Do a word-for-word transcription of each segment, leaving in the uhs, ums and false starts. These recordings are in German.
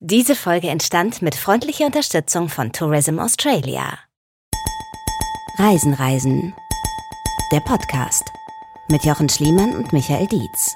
Diese Folge entstand mit freundlicher Unterstützung von Tourism Australia. Reisen, Reisen. Der Podcast mit Jochen Schliemann und Michael Dietz.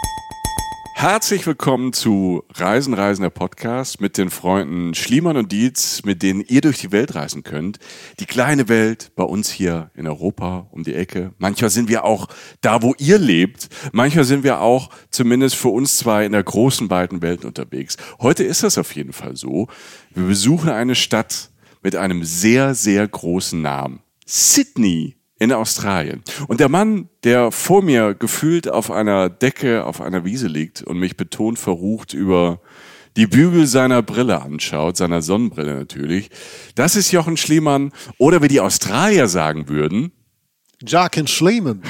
Herzlich willkommen zu Reisen, Reisen, der Podcast mit den Freunden Schliemann und Dietz, mit denen ihr durch die Welt reisen könnt. Die kleine Welt bei uns hier in Europa um die Ecke. Manchmal sind wir auch da, wo ihr lebt. Manchmal sind wir auch zumindest für uns zwei in der großen, weiten Welt unterwegs. Heute ist das auf jeden Fall so. Wir besuchen eine Stadt mit einem sehr, sehr großen Namen. Sydney. In Australien. Und der Mann, der vor mir gefühlt auf einer Decke auf einer Wiese liegt und mich betont verrucht über die Bügel seiner Brille anschaut, seiner Sonnenbrille natürlich, das ist Jochen Schliemann oder wie die Australier sagen würden, Jochen Schliemann.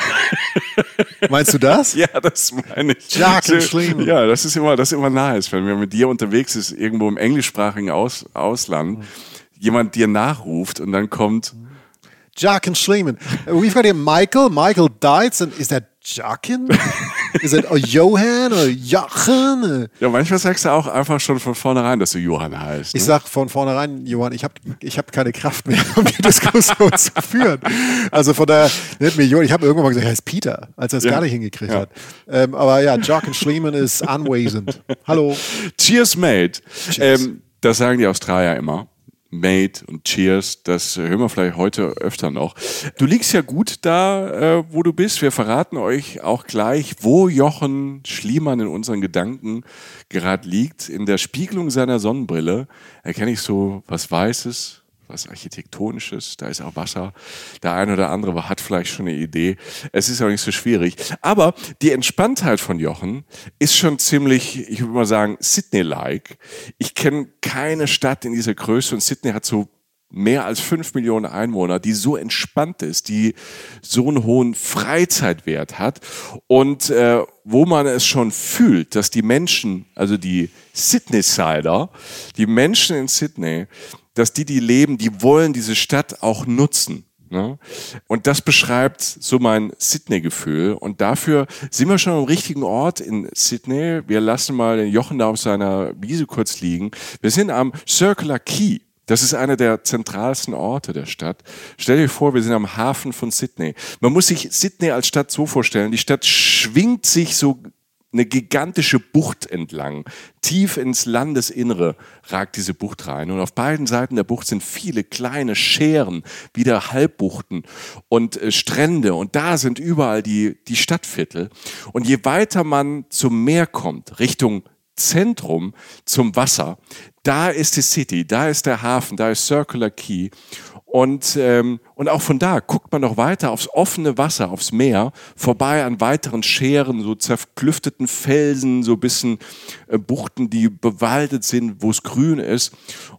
Meinst du das? Ja, das meine ich. Jochen Schliemann. Ja, das ist immer, das ist immer nice, wenn man mit dir unterwegs ist, irgendwo im englischsprachigen Aus, Ausland, jemand dir nachruft und dann kommt Jochen Schliemann. We've got here Michael. Michael Dietz. And is that Jochen? Is it a Johann or Jochen? Ja, manchmal sagst du auch einfach schon von vornherein, dass du Johann heißt. Ne? Ich sag von vornherein, Johann, ich habe ich hab keine Kraft mehr, um die Diskussion zu führen. Also von daher, nicht mir Johann, ich habe irgendwann mal gesagt, er heißt Peter, als er es ja. gar nicht hingekriegt ja. hat. Ähm, aber ja, Jochen Schliemann ist anwesend. Hallo. Cheers, mate. Cheers. Ähm, das sagen die Australier immer. Mate und Cheers, das hören wir vielleicht heute öfter noch. Du liegst ja gut da, äh, wo du bist. Wir verraten euch auch gleich, wo Jochen Schliemann in unseren Gedanken gerade liegt. In der Spiegelung seiner Sonnenbrille erkenne ich so was Weißes, was Architektonisches, da ist auch Wasser. Der eine oder andere hat vielleicht schon eine Idee. Es ist auch nicht so schwierig. Aber die Entspanntheit von Jochen ist schon ziemlich, ich würde mal sagen, Sydney-like. Ich kenne keine Stadt in dieser Größe und Sydney hat so mehr als fünf Millionen Einwohner, die so entspannt ist, die so einen hohen Freizeitwert hat und äh, wo man es schon fühlt, dass die Menschen, also die Sydney-Sider, die Menschen in Sydney, dass die, die leben, die wollen diese Stadt auch nutzen. Ne? Und das beschreibt so mein Sydney-Gefühl. Und dafür sind wir schon am richtigen Ort in Sydney. Wir lassen mal den Jochen da auf seiner Wiese kurz liegen. Wir sind am Circular Quay. Das ist einer der zentralsten Orte der Stadt. Stell dir vor, wir sind am Hafen von Sydney. Man muss sich Sydney als Stadt so vorstellen, die Stadt schwingt sich so eine gigantische Bucht entlang. Tief ins Landesinnere ragt diese Bucht rein. Und auf beiden Seiten der Bucht sind viele kleine Schären, wieder Halbbuchten und äh, Strände. Und da sind überall die, die Stadtviertel. Und je weiter man zum Meer kommt, Richtung Zentrum, zum Wasser, da ist die City, da ist der Hafen, da ist Circular Quay. Und, ähm, und auch von da guckt man noch weiter aufs offene Wasser, aufs Meer, vorbei an weiteren Schären, so zerklüfteten Felsen, so ein bisschen äh, Buchten, die bewaldet sind, wo es grün ist.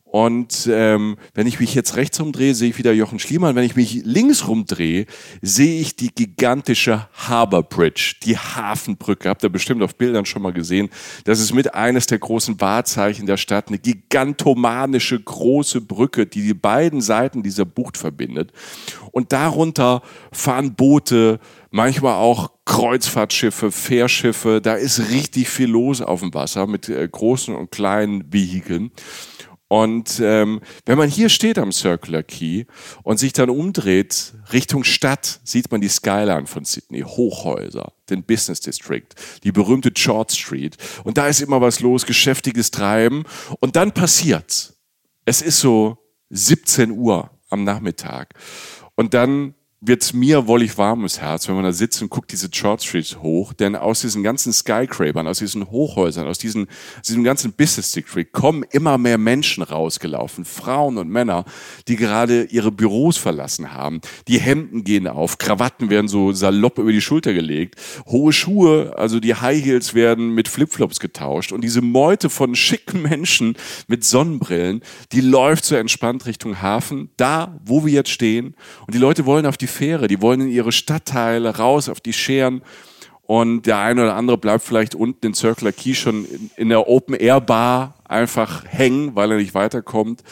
Und ähm, wenn ich mich jetzt rechts rumdrehe, sehe ich wieder Jochen Schliemann. Wenn ich mich links rumdrehe, sehe ich die gigantische Harbour Bridge, die Hafenbrücke. Habt ihr bestimmt auf Bildern schon mal gesehen. Das ist mit eines der großen Wahrzeichen der Stadt. Eine gigantomanische große Brücke, die die beiden Seiten dieser Bucht verbindet. Und darunter fahren Boote, manchmal auch Kreuzfahrtschiffe, Fährschiffe. Da ist richtig viel los auf dem Wasser mit äh, großen und kleinen Vehikeln. Und ähm, wenn man hier steht am Circular Quay und sich dann umdreht Richtung Stadt, sieht man die Skyline von Sydney, Hochhäuser, den Business District, die berühmte George Street. Und da ist immer was los, geschäftiges Treiben. Und dann passiert's. Es ist so siebzehn Uhr am Nachmittag. Und dann wird's mir wollig warm ums Herz, wenn man da sitzt und guckt diese George Street hoch, denn aus diesen ganzen Skyscrapern, aus diesen Hochhäusern, aus diesen, aus diesem ganzen Business District kommen immer mehr Menschen rausgelaufen, Frauen und Männer, die gerade ihre Büros verlassen haben. Die Hemden gehen auf, Krawatten werden so salopp über die Schulter gelegt, hohe Schuhe, also die High Heels werden mit Flipflops getauscht und diese Meute von schicken Menschen mit Sonnenbrillen, die läuft so entspannt Richtung Hafen, da, wo wir jetzt stehen, und die Leute wollen auf die Fähre, die wollen in ihre Stadtteile raus auf die Schären und der eine oder andere bleibt vielleicht unten in Circular Quay schon in, in der Open-Air-Bar einfach hängen, weil er nicht weiterkommt.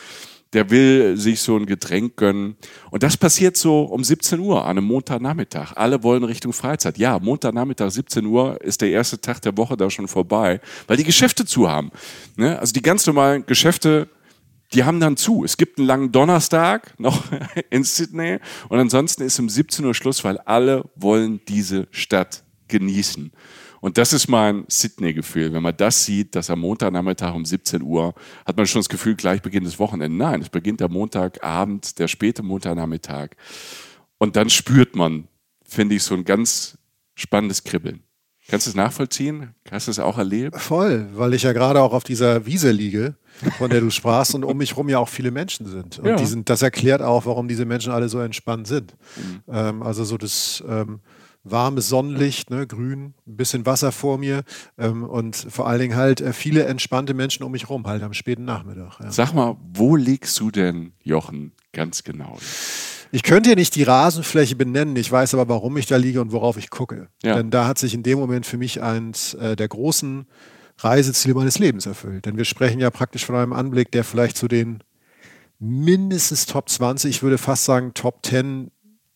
der will sich so ein Getränk gönnen. Und das passiert so um siebzehn Uhr an einem Montagnachmittag. Alle wollen Richtung Freizeit. Ja, Montagnachmittag, siebzehn Uhr ist der erste Tag der Woche da schon vorbei, weil die Geschäfte zu haben. Ne? Also die ganz normalen Geschäfte, die haben dann zu. Es gibt einen langen Donnerstag noch in Sydney und ansonsten ist um siebzehn Uhr Schluss, weil alle wollen diese Stadt genießen. Und das ist mein Sydney-Gefühl. Wenn man das sieht, dass am Montagnachmittag um siebzehn Uhr, hat man schon das Gefühl, gleich beginnt das Wochenende. Nein, es beginnt der Montagabend, der späte Montagnachmittag. Und dann spürt man, finde ich, so ein ganz spannendes Kribbeln. Kannst du es nachvollziehen? Hast du es auch erlebt? Voll, weil ich ja gerade auch auf dieser Wiese liege, von der du sprachst und um mich rum ja auch viele Menschen sind. Und Ja. die sind, das erklärt auch, warum diese Menschen alle so entspannt sind. Mhm. Ähm, also so das ähm, warmes Sonnenlicht, ne, grün, ein bisschen Wasser vor mir ähm, und vor allen Dingen halt äh, viele entspannte Menschen um mich rum, halt am späten Nachmittag. Ja. Sag mal, wo liegst du denn, Jochen, ganz genau? Ich könnte dir nicht die Rasenfläche benennen, ich weiß aber, warum ich da liege und worauf ich gucke. Ja. Denn da hat sich in dem Moment für mich eins äh, der großen Reiseziele meines Lebens erfüllt. Denn wir sprechen ja praktisch von einem Anblick, der vielleicht zu den mindestens Top zwanzig, ich würde fast sagen Top zehn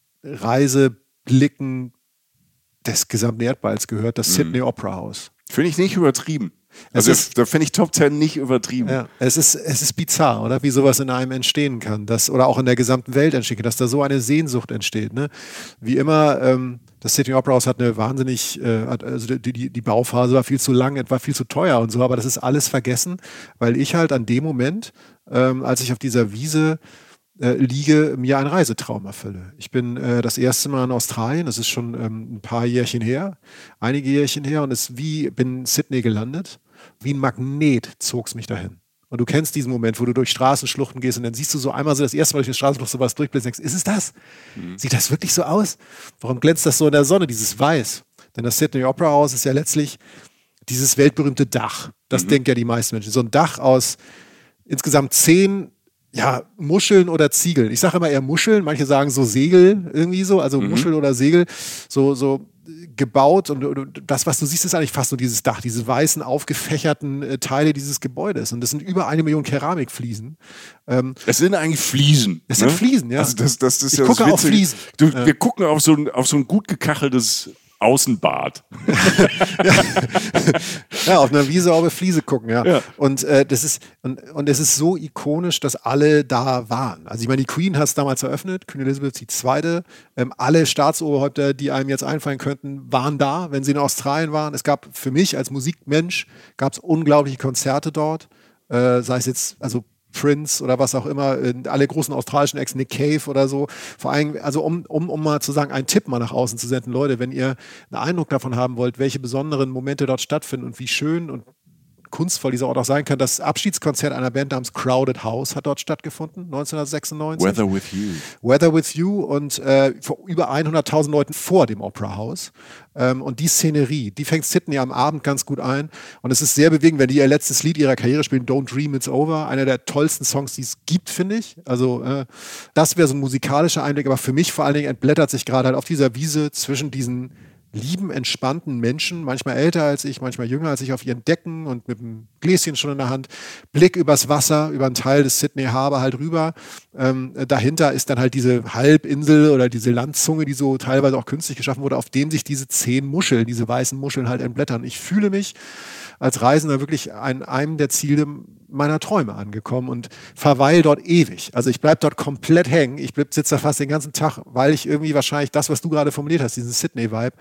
Reiseblicken des gesamten Erdballs gehört, das Sydney Opera House. Finde ich nicht übertrieben. Es Also ist- da finde ich Top zehn nicht übertrieben. Ja, es ist, es ist bizarr, oder? Wie sowas in einem entstehen kann. Dass, oder auch in der gesamten Welt entstehen kann, dass da so eine Sehnsucht entsteht. Ne? Wie immer, ähm, das Sydney Opera House hat eine wahnsinnig, äh, hat, also die, die, die Bauphase war viel zu lang, war viel zu teuer und so, aber das ist alles vergessen, weil ich halt an dem Moment, ähm, als ich auf dieser Wiese äh, liege, mir einen Reisetraum erfülle. Ich bin äh, das erste Mal in Australien, das ist schon ähm, ein paar Jährchen her, einige Jährchen her und es wie, bin in Sydney gelandet. Wie ein Magnet zog es mich dahin. Und du kennst diesen Moment, wo du durch Straßenschluchten gehst und dann siehst du so einmal so das erste Mal durch die Straßenschlucht so was durchblitzt und denkst, ist es das? Mhm. Sieht das wirklich so aus? Warum glänzt das so in der Sonne, dieses Weiß? Denn das Sydney Opera House ist ja letztlich dieses weltberühmte Dach. Das mhm. denken ja die meisten Menschen. So ein Dach aus insgesamt zehn ja, Muscheln oder Ziegeln. Ich sage immer eher Muscheln, manche sagen so Segel irgendwie so, also mhm. Muscheln oder Segel, so, so gebaut und, und das, was du siehst, ist eigentlich fast nur dieses Dach, diese weißen, aufgefächerten äh, Teile dieses Gebäudes. Und das sind über eine Million Keramikfliesen. Ähm, es sind eigentlich Fliesen. Es ne? sind Fliesen, ja. Also das, das, das ist ich ja gucke das auf Fliesen. Du, ja. Wir gucken auf so ein, auf so ein gut gekacheltes Außenbad. ja, auf einer Wiese auf eine Fliese gucken, ja. ja. Und äh, das ist und, und es ist so ikonisch, dass alle da waren. Also ich meine, die Queen hat es damals eröffnet, Queen Elizabeth die Zweite. Ähm, alle Staatsoberhäupter, die einem jetzt einfallen könnten, waren da, wenn sie in Australien waren. Es gab für mich als Musikmensch gab es unglaubliche Konzerte dort. Äh, sei es jetzt, also Prince oder was auch immer, alle großen australischen Acts, Nick Cave oder so. Vor allem, also um, um, um mal zu sagen, einen Tipp mal nach außen zu senden, Leute, wenn ihr einen Eindruck davon haben wollt, welche besonderen Momente dort stattfinden und wie schön und kunstvoll dieser Ort auch sein kann. Das Abschiedskonzert einer Band namens Crowded House hat dort stattgefunden, neunzehnhundertsechsundneunzig. Weather with You. Weather with You und äh, vor über hunderttausend Leuten vor dem Opera House. Ähm, und die Szenerie, die fängt Sydney am Abend ganz gut ein. Und es ist sehr bewegend, wenn die ihr letztes Lied ihrer Karriere spielen, Don't Dream It's Over. Einer der tollsten Songs, die es gibt, finde ich. Also äh, das wäre so ein musikalischer Einblick. Aber für mich vor allen Dingen entblättert sich gerade halt auf dieser Wiese zwischen diesen lieben, entspannten Menschen, manchmal älter als ich, manchmal jünger als ich, auf ihren Decken und mit einem Gläschen schon in der Hand, Blick übers Wasser, über einen Teil des Sydney Harbour halt rüber. Ähm, dahinter ist dann halt diese Halbinsel oder diese Landzunge, die so teilweise auch künstlich geschaffen wurde, auf dem sich diese zehn Muscheln, diese weißen Muscheln halt entblättern. Ich fühle mich als Reisender wirklich an einem der Ziele meiner Träume angekommen und verweile dort ewig. Also ich bleibe dort komplett hängen. Ich sitze da fast den ganzen Tag, weil ich irgendwie wahrscheinlich das, was du gerade formuliert hast, diesen Sydney-Vibe,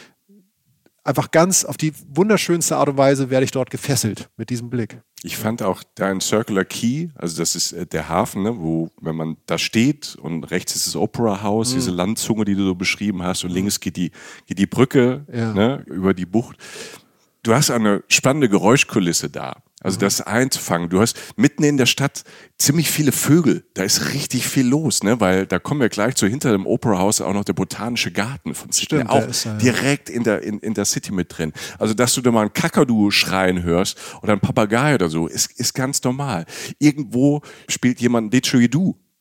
einfach ganz auf die wunderschönste Art und Weise werde ich dort gefesselt mit diesem Blick. Ich fand auch dein Circular Quay, also das ist äh, der Hafen, ne, wo, wenn man da steht und rechts ist das Opera House, mhm. diese Landzunge, die du so beschrieben hast, und links geht die, geht die Brücke ja. ne, über die Bucht. Du hast eine spannende Geräuschkulisse da. Also das einzufangen. Du hast mitten in der Stadt ziemlich viele Vögel. Da ist richtig viel los, ne? Weil da kommen wir gleich zu, hinter dem Opera House auch noch der Botanische Garten von Sydney. Stimmt, auch ist, ja. direkt in der, in, in der City mit drin. Also dass du da mal einen Kakadu schreien hörst oder einen Papagei oder so, ist, ist ganz normal. Irgendwo spielt jemand ein Didgeridoo.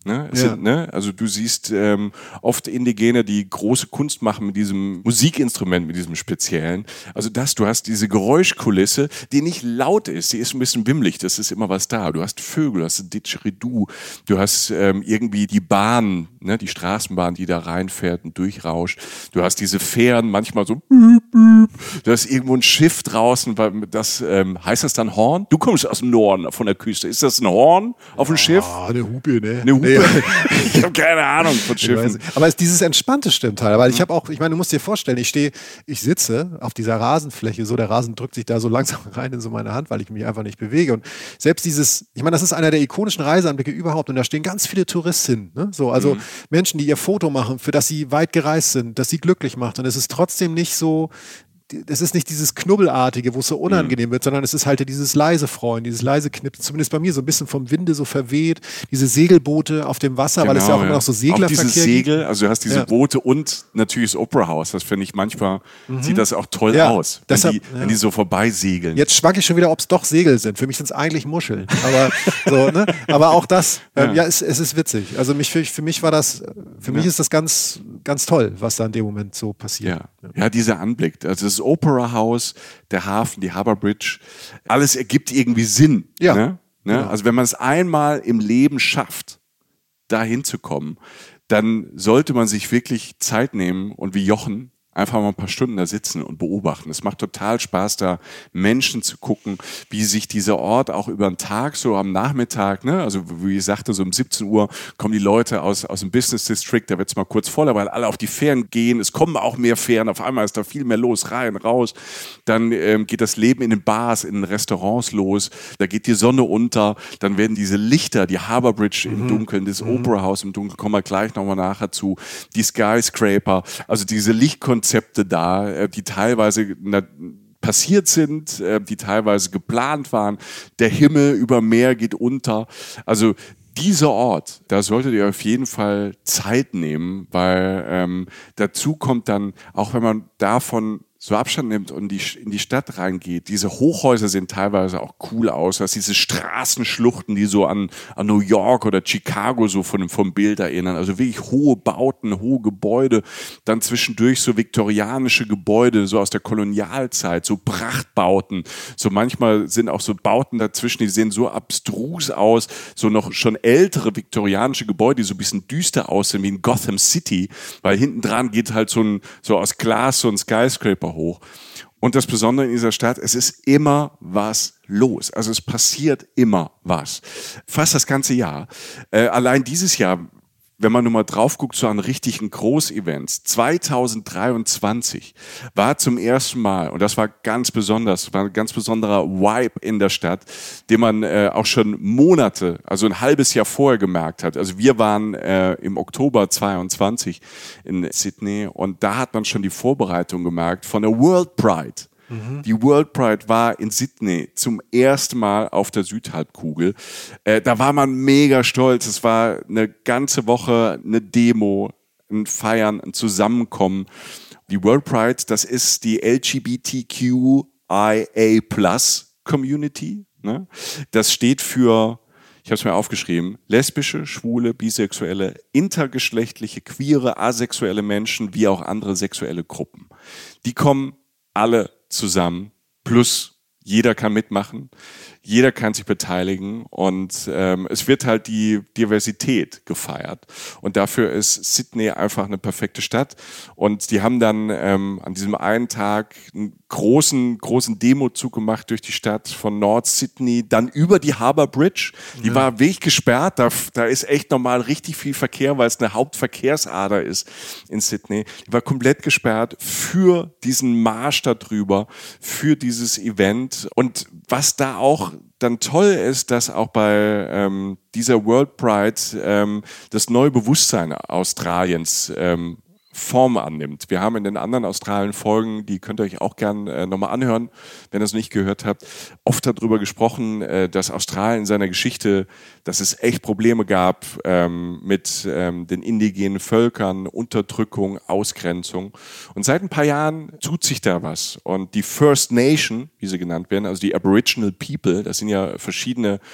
Ne? Es Ja. sind, ne? Also du siehst ähm, oft Indigene, die große Kunst machen mit diesem Musikinstrument, mit diesem speziellen. Also das, du hast diese Geräuschkulisse, die nicht laut ist, die ist ein bisschen wimmelig, das ist immer was da. Du hast Vögel, du hast ein Didgeridoo, du hast ähm, irgendwie die Bahn, ne? Die Straßenbahn, die da reinfährt und durchrauscht. Du hast diese Fähren, manchmal so du hast irgendwo ein Schiff draußen, weil das, ähm, heißt das dann Horn? Du kommst aus dem Norden von der Küste. Ist das ein Horn auf dem Schiff? Ah, eine Hupe, ne? Eine Hupe? Nee. Ich habe keine Ahnung von Ich weiß Schiffen. nicht. Aber es ist dieses Entspannte stimmt halt. Aber ich habe auch, ich meine, du musst dir vorstellen, ich stehe, ich sitze auf dieser Rasenfläche, so der Rasen drückt sich da so langsam rein in so meine Hand, weil ich mich einfach nicht bewege. Und selbst dieses, ich meine, das ist einer der ikonischen Reiseanblicke überhaupt. Und da stehen ganz viele Touristinnen, ne? So, also Mhm. Menschen, die ihr Foto machen, für das sie weit gereist sind, das sie glücklich macht. Und es ist trotzdem nicht so, es ist nicht dieses Knubbelartige, wo es so unangenehm wird, sondern es ist halt dieses leise Freuen, dieses leise Knipsen, zumindest bei mir so ein bisschen vom Winde so verweht, diese Segelboote auf dem Wasser, weil es ja auch immer noch so Seglerverkehr Auch dieses gibt. Segel, also du hast diese Ja. Boote und natürlich das Opera House, das finde ich manchmal, sieht das auch toll Ja, aus, wenn, deshalb- die, ja. wenn die so vorbeisegeln. Jetzt schwank ich schon wieder, ob es doch Segel sind. Für mich sind es eigentlich Muscheln. Aber, so, ne? Aber auch das, ähm, ja, Ja. es, es ist witzig. Also mich, für, für mich war das, für mich ist das ganz, ganz toll, was da in dem Moment so passiert. Ja. ja, dieser Anblick, also das Opera House, der Hafen, die Harbour Bridge, alles ergibt irgendwie Sinn. Ja, Ne? Ne? genau. Also wenn man es einmal im Leben schafft, da hinzukommen, dann sollte man sich wirklich Zeit nehmen und wie Jochen einfach mal ein paar Stunden da sitzen und beobachten. Es macht total Spaß, da Menschen zu gucken, wie sich dieser Ort auch über den Tag, so am Nachmittag, ne, also wie ich sagte, so um siebzehn Uhr kommen die Leute aus, aus dem Business District, da wird es mal kurz voller, weil alle auf die Fähren gehen, es kommen auch mehr Fähren, auf einmal ist da viel mehr los, rein, raus. Dann ähm, geht das Leben in den Bars, in den Restaurants los, da geht die Sonne unter, dann werden diese Lichter, die Harbour Bridge im Dunkeln, das Opera House im Dunkeln, kommen wir gleich nochmal nachher zu, die Skyscraper, also diese Lichtkonzepte da, äh, die teilweise na, passiert sind, äh, die teilweise geplant waren. Der Himmel über Meer geht unter. Also dieser Ort, da solltet ihr auf jeden Fall Zeit nehmen, weil ähm, dazu kommt dann, auch wenn man davon so Abstand nimmt und die, in die Stadt reingeht, diese Hochhäuser sehen teilweise auch cool aus, dass diese Straßenschluchten, die so an, an New York oder Chicago so von, vom Bild erinnern, also wirklich hohe Bauten, hohe Gebäude, dann zwischendurch so viktorianische Gebäude, so aus der Kolonialzeit, so Prachtbauten, so manchmal sind auch so Bauten dazwischen, die sehen so abstrus aus, so noch schon ältere viktorianische Gebäude, die so ein bisschen düster aussehen, wie in Gotham City, weil hinten dran geht halt so ein, so aus Glas so ein Skyscraper hoch. Und das Besondere in dieser Stadt, es ist immer was los. Also es passiert immer was. Fast das ganze Jahr. Äh, allein dieses Jahr, wenn man nur mal drauf guckt, so an richtigen Großevents, zweitausenddreiundzwanzig war zum ersten Mal, und das war ganz besonders, war ein ganz besonderer Vibe in der Stadt, den man äh, auch schon Monate, also ein halbes Jahr vorher gemerkt hat. Also wir waren äh, im Oktober zweiundzwanzig in Sydney und da hat man schon die Vorbereitung gemerkt von der World Pride. Die World Pride war in Sydney zum ersten Mal auf der Südhalbkugel. Äh, da war man mega stolz. Es war eine ganze Woche eine Demo, ein Feiern, ein Zusammenkommen. Die World Pride, das ist die L G B T Q I A plus Community. Ne? Das steht für, ich habe es mir aufgeschrieben, lesbische, schwule, bisexuelle, intergeschlechtliche, queere, asexuelle Menschen wie auch andere sexuelle Gruppen. Die kommen alle zusammen, plus jeder kann mitmachen, jeder kann sich beteiligen und ähm, es wird halt die Diversität gefeiert. Und dafür ist Sydney einfach eine perfekte Stadt. Und die haben dann ähm, an diesem einen Tag einen großen, großen Demozug gemacht durch die Stadt von North Sydney, dann über die Harbour Bridge. Die ja. war wirklich gesperrt. Da, da ist echt normal richtig viel Verkehr, weil es eine Hauptverkehrsader ist in Sydney. Die war komplett gesperrt für diesen Marsch da drüber, für dieses Event. Und was da auch dann toll ist, dass auch bei ähm, dieser World Pride ähm, das neue Bewusstsein Australiens ähm, Form annimmt. Wir haben in den anderen Australien-Folgen, die könnt ihr euch auch gern äh, nochmal anhören, wenn ihr es nicht gehört habt, oft darüber gesprochen, äh, dass Australien in seiner Geschichte, dass es echt Probleme gab ähm, mit ähm, den indigenen Völkern, Unterdrückung, Ausgrenzung. Und seit ein paar Jahren tut sich da was. Und die First Nation, wie sie genannt werden, also die Aboriginal People, das sind ja verschiedene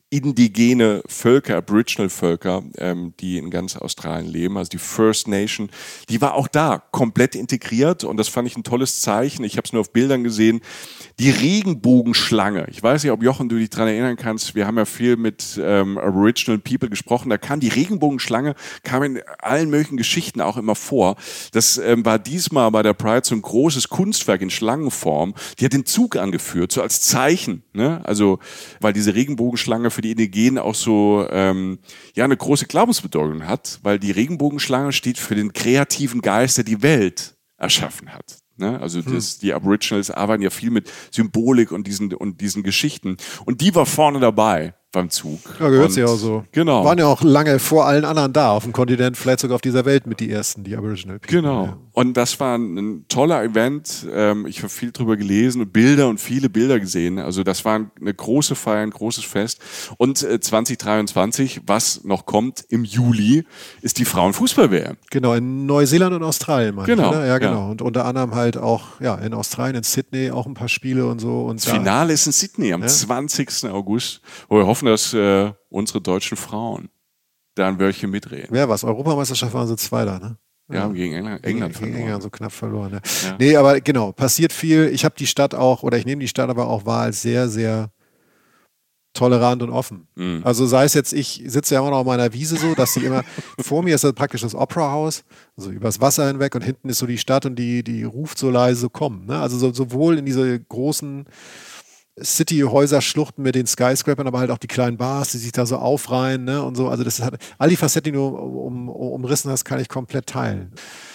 indigene Völker, Aboriginal-Völker, ähm, die in ganz Australien leben, also die First Nation, die war auch da komplett integriert und das fand ich ein tolles Zeichen. Ich habe es nur auf Bildern gesehen. Die Regenbogenschlange, ich weiß nicht, ob Jochen, du dich daran erinnern kannst, wir haben ja viel mit ähm, Aboriginal People gesprochen, da kam die Regenbogenschlange, kam in allen möglichen Geschichten auch immer vor. Das ähm, war diesmal bei der Pride so ein großes Kunstwerk in Schlangenform, die hat den Zug angeführt, so als Zeichen, ne? Also, weil diese Regenbogenschlange für die Indigenen auch so ähm, ja eine große Glaubensbedeutung hat, weil die Regenbogenschlange steht für den kreativen Geist, der die Welt erschaffen hat. Ne? Also das, die Aboriginals arbeiten ja viel mit Symbolik und diesen und diesen Geschichten. Und die war vorne dabei beim Zug. Ja, gehört und, sie auch so. Genau. Waren ja auch lange vor allen anderen da auf dem Kontinent, vielleicht sogar auf dieser Welt mit die ersten, die Aboriginal People. Genau. Ja. Und das war ein, ein toller Event. Ähm, ich habe viel drüber gelesen und Bilder und viele Bilder gesehen. Also das war eine große Feier, ein großes Fest. Und äh, zwanzig dreiundzwanzig, was noch kommt im Juli, ist die Frauenfußball-W M. Genau, in Neuseeland und Australien, meine Genau, ich, oder? Ja, genau. ja. Und unter anderem halt auch ja, in Australien, in Sydney auch ein paar Spiele und so. Und Das da, Finale ist in Sydney am Ja. zwanzigsten August, wo wir hoffen, dass äh, unsere deutschen Frauen da ein Wörtchen mitreden. wer was? Europameisterschaft waren sie Zweiter, ne? Wir haben gegen England, England gegen verloren. England so knapp verloren. Ne? Ja. Nee, aber genau, passiert viel. Ich habe die Stadt auch, oder ich nehme die Stadt aber auch wahr als sehr, sehr tolerant und offen. Mhm. Also sei es jetzt, ich sitze ja immer noch auf meiner Wiese so, dass sie immer, vor mir ist das praktisch das Opera House, also übers Wasser hinweg und hinten ist so die Stadt und die, die ruft so leise, komm. Ne? Also so, sowohl in diese großen City-Häuser-Schluchten mit den Skyscrapern, aber halt auch die kleinen Bars, die sich da so aufreihen, ne, und so. Also das hat, all die Facetten, die du um, um, umrissen hast, kann ich komplett teilen.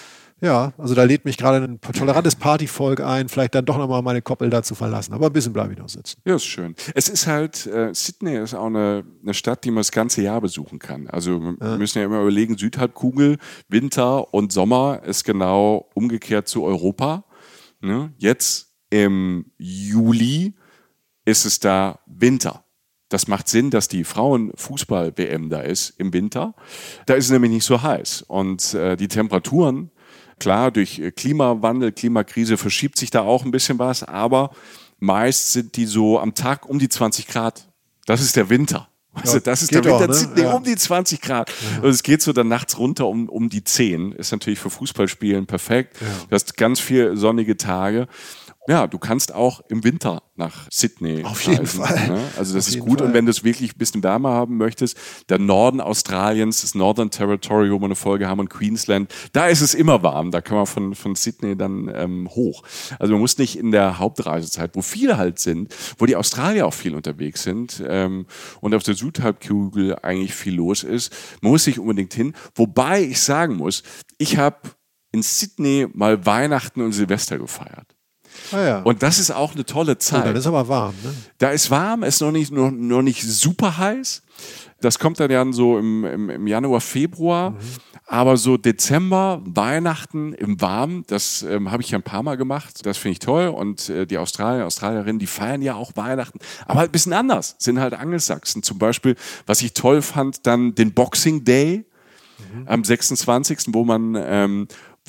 Ja, also da lädt mich gerade ein tolerantes Partyvolk ein, vielleicht dann doch nochmal meine Koppel da zu verlassen. Aber ein bisschen bleibe ich noch sitzen. Ja, ist schön. Es ist halt, äh, Sydney ist auch eine, eine Stadt, die man das ganze Jahr besuchen kann. Also wir Ja. müssen ja immer überlegen, Südhalbkugel, Winter und Sommer ist genau umgekehrt zu Europa. Ne? Jetzt im Juli ist es da Winter. Das macht Sinn, dass die Frauenfußball-W M da ist im Winter. Da ist es nämlich nicht so heiß. Und äh, die Temperaturen, klar, durch Klimawandel, Klimakrise verschiebt sich da auch ein bisschen was, aber meist sind die so am Tag um die zwanzig Grad. Das ist der Winter. Also das ist der geht Winter, auch, ne? Sydney Ja. um die zwanzig Grad. Und es geht so dann nachts runter um, um die zehn. Ist natürlich für Fußballspielen perfekt. Du hast ganz viele sonnige Tage. Ja, du kannst auch im Winter nach Sydney Auf jeden reisen, Fall. ne? Also das Auf ist jeden gut. Fall. Und wenn du es wirklich ein bisschen wärmer haben möchtest, der Norden Australiens, das Northern Territory, wo wir eine Folge haben, und Queensland, da ist es immer warm. Da kann man von, von Sydney dann ähm, hoch. Also man muss nicht in der Hauptreisezeit, wo viele halt sind, wo die Australier auch viel unterwegs sind ähm, und auf der Südhalbkugel eigentlich viel los ist, man muss nicht unbedingt hin. Wobei ich sagen muss, ich habe in Sydney mal Weihnachten und Silvester gefeiert. Ah, ja. Und das ist auch eine tolle oh, Zeit. dann ist aber warm, ne? Da ist warm, ist noch nicht, noch, noch nicht super heiß. Das kommt dann ja so im, im, im Januar, Februar. Mhm. Aber so Dezember, Weihnachten im Warmen, das ähm, habe ich ja ein paar Mal gemacht. Das finde ich toll. Und äh, die Australier, Australierinnen, die feiern ja auch Weihnachten. Aber halt ein bisschen anders. Sind halt Angelsachsen. Zum Beispiel, was ich toll fand, dann den Boxing Day mhm. am sechsundzwanzigsten wo man... Ähm,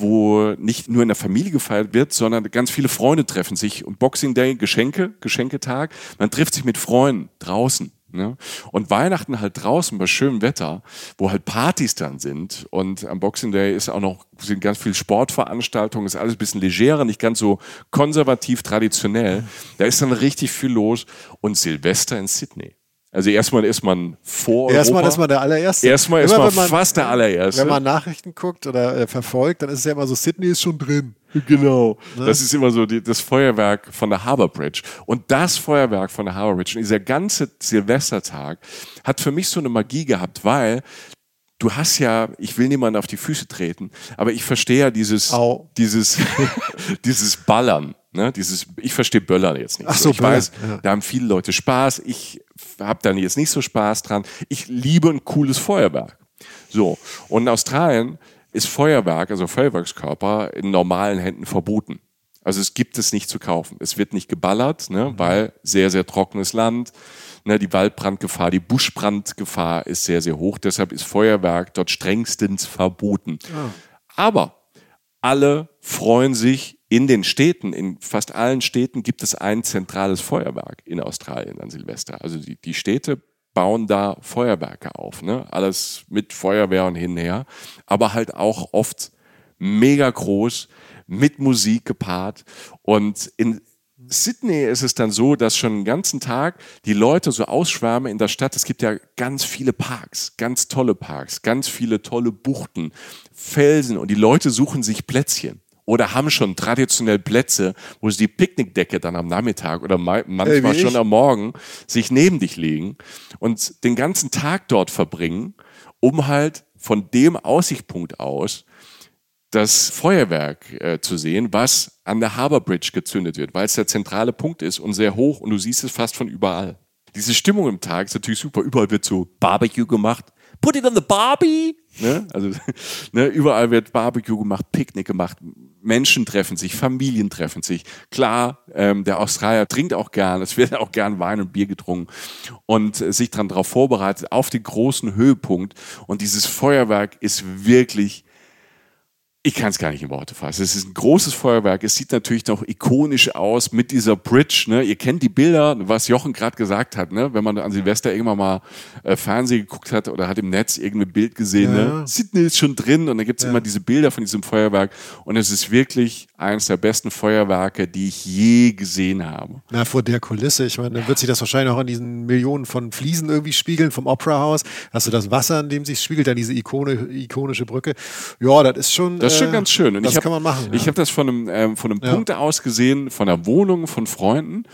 wo nicht nur in der Familie gefeiert wird, sondern ganz viele Freunde treffen sich. Und Boxing Day, Geschenke, Geschenketag. Man trifft sich mit Freunden draußen. Ne? Und Weihnachten halt draußen bei schönem Wetter, wo halt Partys dann sind. Und am Boxing Day ist auch noch, sind ganz viele Sportveranstaltungen, ist alles ein bisschen legerer, nicht ganz so konservativ, traditionell. Da ist dann richtig viel los. Und Silvester in Sydney. Also erstmal ist man vor Europa. Erstmal ist man der allererste. Erstmal ist Immer man, wenn man fast der allererste. Wenn man Nachrichten guckt oder äh, verfolgt, dann ist es ja immer so, Sydney ist schon drin. Genau. Ne? Das ist immer so die, das Feuerwerk von der Harbour Bridge. Und das Feuerwerk von der Harbour Bridge und dieser ganze Silvestertag hat für mich so eine Magie gehabt, weil du hast ja, ich will niemanden auf die Füße treten, aber ich verstehe ja dieses, Au. dieses, dieses Ballern. Ne, dieses, ich verstehe Böller jetzt nicht. Ach so, ich Böller, weiß, ja. da haben viele Leute Spaß. Ich habe da jetzt nicht so Spaß dran. Ich liebe ein cooles Feuerwerk. So. Und in Australien ist Feuerwerk, also Feuerwerkskörper, in normalen Händen verboten. Also es gibt es nicht zu kaufen. Es wird nicht geballert, ne, mhm. weil sehr, sehr trockenes Land. Ne, die Waldbrandgefahr, die Buschbrandgefahr ist sehr, sehr hoch. Deshalb ist Feuerwerk dort strengstens verboten. Ah. Aber alle freuen sich in den Städten, in fast allen Städten gibt es ein zentrales Feuerwerk in Australien an Silvester. Also die, die Städte bauen da Feuerwerke auf. Ne? Alles mit Feuerwehr und hin und her. Aber halt auch oft mega groß, mit Musik gepaart. Und in Sydney ist es dann so, dass schon den ganzen Tag die Leute so ausschwärmen in der Stadt. Es gibt ja ganz viele Parks, ganz tolle Parks, ganz viele tolle Buchten, Felsen und die Leute suchen sich Plätzchen oder haben schon traditionell Plätze, wo sie die Picknickdecke dann am Nachmittag oder manchmal hey, schon am Morgen sich neben dich legen und den ganzen Tag dort verbringen, um halt von dem Aussichtspunkt aus das Feuerwerk äh, zu sehen, was an der Harbour Bridge gezündet wird, weil es der zentrale Punkt ist und sehr hoch und du siehst es fast von überall. Diese Stimmung im Tag ist natürlich super. Überall wird so Barbecue gemacht. Put it on the Barbie! Ne? Also ne, überall wird Barbecue gemacht, Picknick gemacht. Menschen treffen sich, Familien treffen sich. Klar, ähm, der Australier trinkt auch gern, es wird auch gern Wein und Bier getrunken und äh, sich dann darauf vorbereitet, auf den großen Höhepunkt. Und dieses Feuerwerk ist wirklich... Ich kann es gar nicht in Worte fassen. Es ist ein großes Feuerwerk. Es sieht natürlich noch ikonisch aus mit dieser Bridge. Ne? Ihr kennt die Bilder, was Jochen gerade gesagt hat. Ne? Wenn man an Silvester irgendwann mal äh, Fernsehen geguckt hat oder hat im Netz irgendein Bild gesehen. Ja. Ne? Sydney ist schon drin und da gibt es ja. immer diese Bilder von diesem Feuerwerk. Und es ist wirklich eines der besten Feuerwerke, die ich je gesehen habe. Na, vor der Kulisse. Ich meine, dann wird sich das wahrscheinlich auch an diesen Millionen von Fliesen irgendwie spiegeln vom Opera House. Hast du das Wasser, an dem sich spiegelt, dann diese Ikone, ikonische Brücke. Ja, das ist schon... Das ist schon ganz schön. Und das ich hab, kann man machen. Ja. Ich habe das von einem, ähm, von einem ja. Punkt aus gesehen, von einer Wohnung, von Freunden.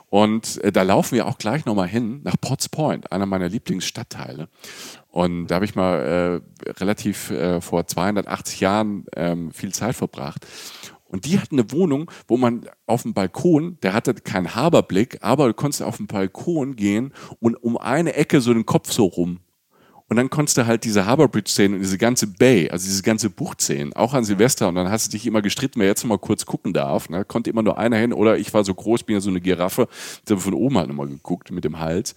Und äh, da laufen wir auch gleich nochmal hin, nach Potts Point, einer meiner Lieblingsstadtteile. Und da habe ich mal äh, relativ äh, vor zweihundertachtzig Jahren ähm, viel Zeit verbracht. Und die hatten eine Wohnung, wo man auf dem Balkon, der hatte keinen Harbourblick, aber du konntest auf den Balkon gehen und um eine Ecke so den Kopf so rum. Und dann konntest du halt diese Harbour Bridge sehen und diese ganze Bay, also diese ganze Bucht sehen, auch an Silvester. Und dann hast du dich immer gestritten, wer jetzt noch mal kurz gucken darf. Ne? Konnte immer nur einer hin. Oder ich war so groß, bin ja so eine Giraffe, da habe von oben halt nochmal geguckt mit dem Hals.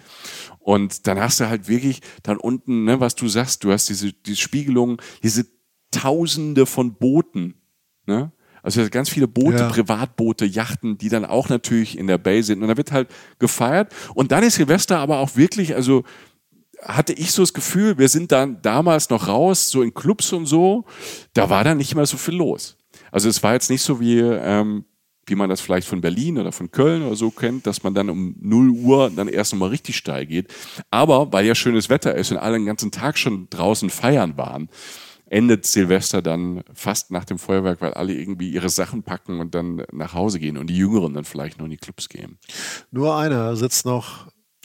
Und dann hast du halt wirklich dann unten, ne, was du sagst, du hast diese, diese Spiegelung, diese Tausende von Booten. Ne? Also ganz viele Boote, ja. Privatboote, Yachten, die dann auch natürlich in der Bay sind. Und da wird halt gefeiert. Und dann ist Silvester aber auch wirklich, also hatte ich so das Gefühl, wir sind dann damals noch raus, so in Clubs und so, da war dann nicht mehr so viel los. Also es war jetzt nicht so wie, ähm, wie man das vielleicht von Berlin oder von Köln oder so kennt, dass man dann um null Uhr dann erst nochmal richtig steil geht. Aber weil ja schönes Wetter ist und alle den ganzen Tag schon draußen feiern waren, endet Silvester dann fast nach dem Feuerwerk, weil alle irgendwie ihre Sachen packen und dann nach Hause gehen und die Jüngeren dann vielleicht noch in die Clubs gehen. Nur einer sitzt noch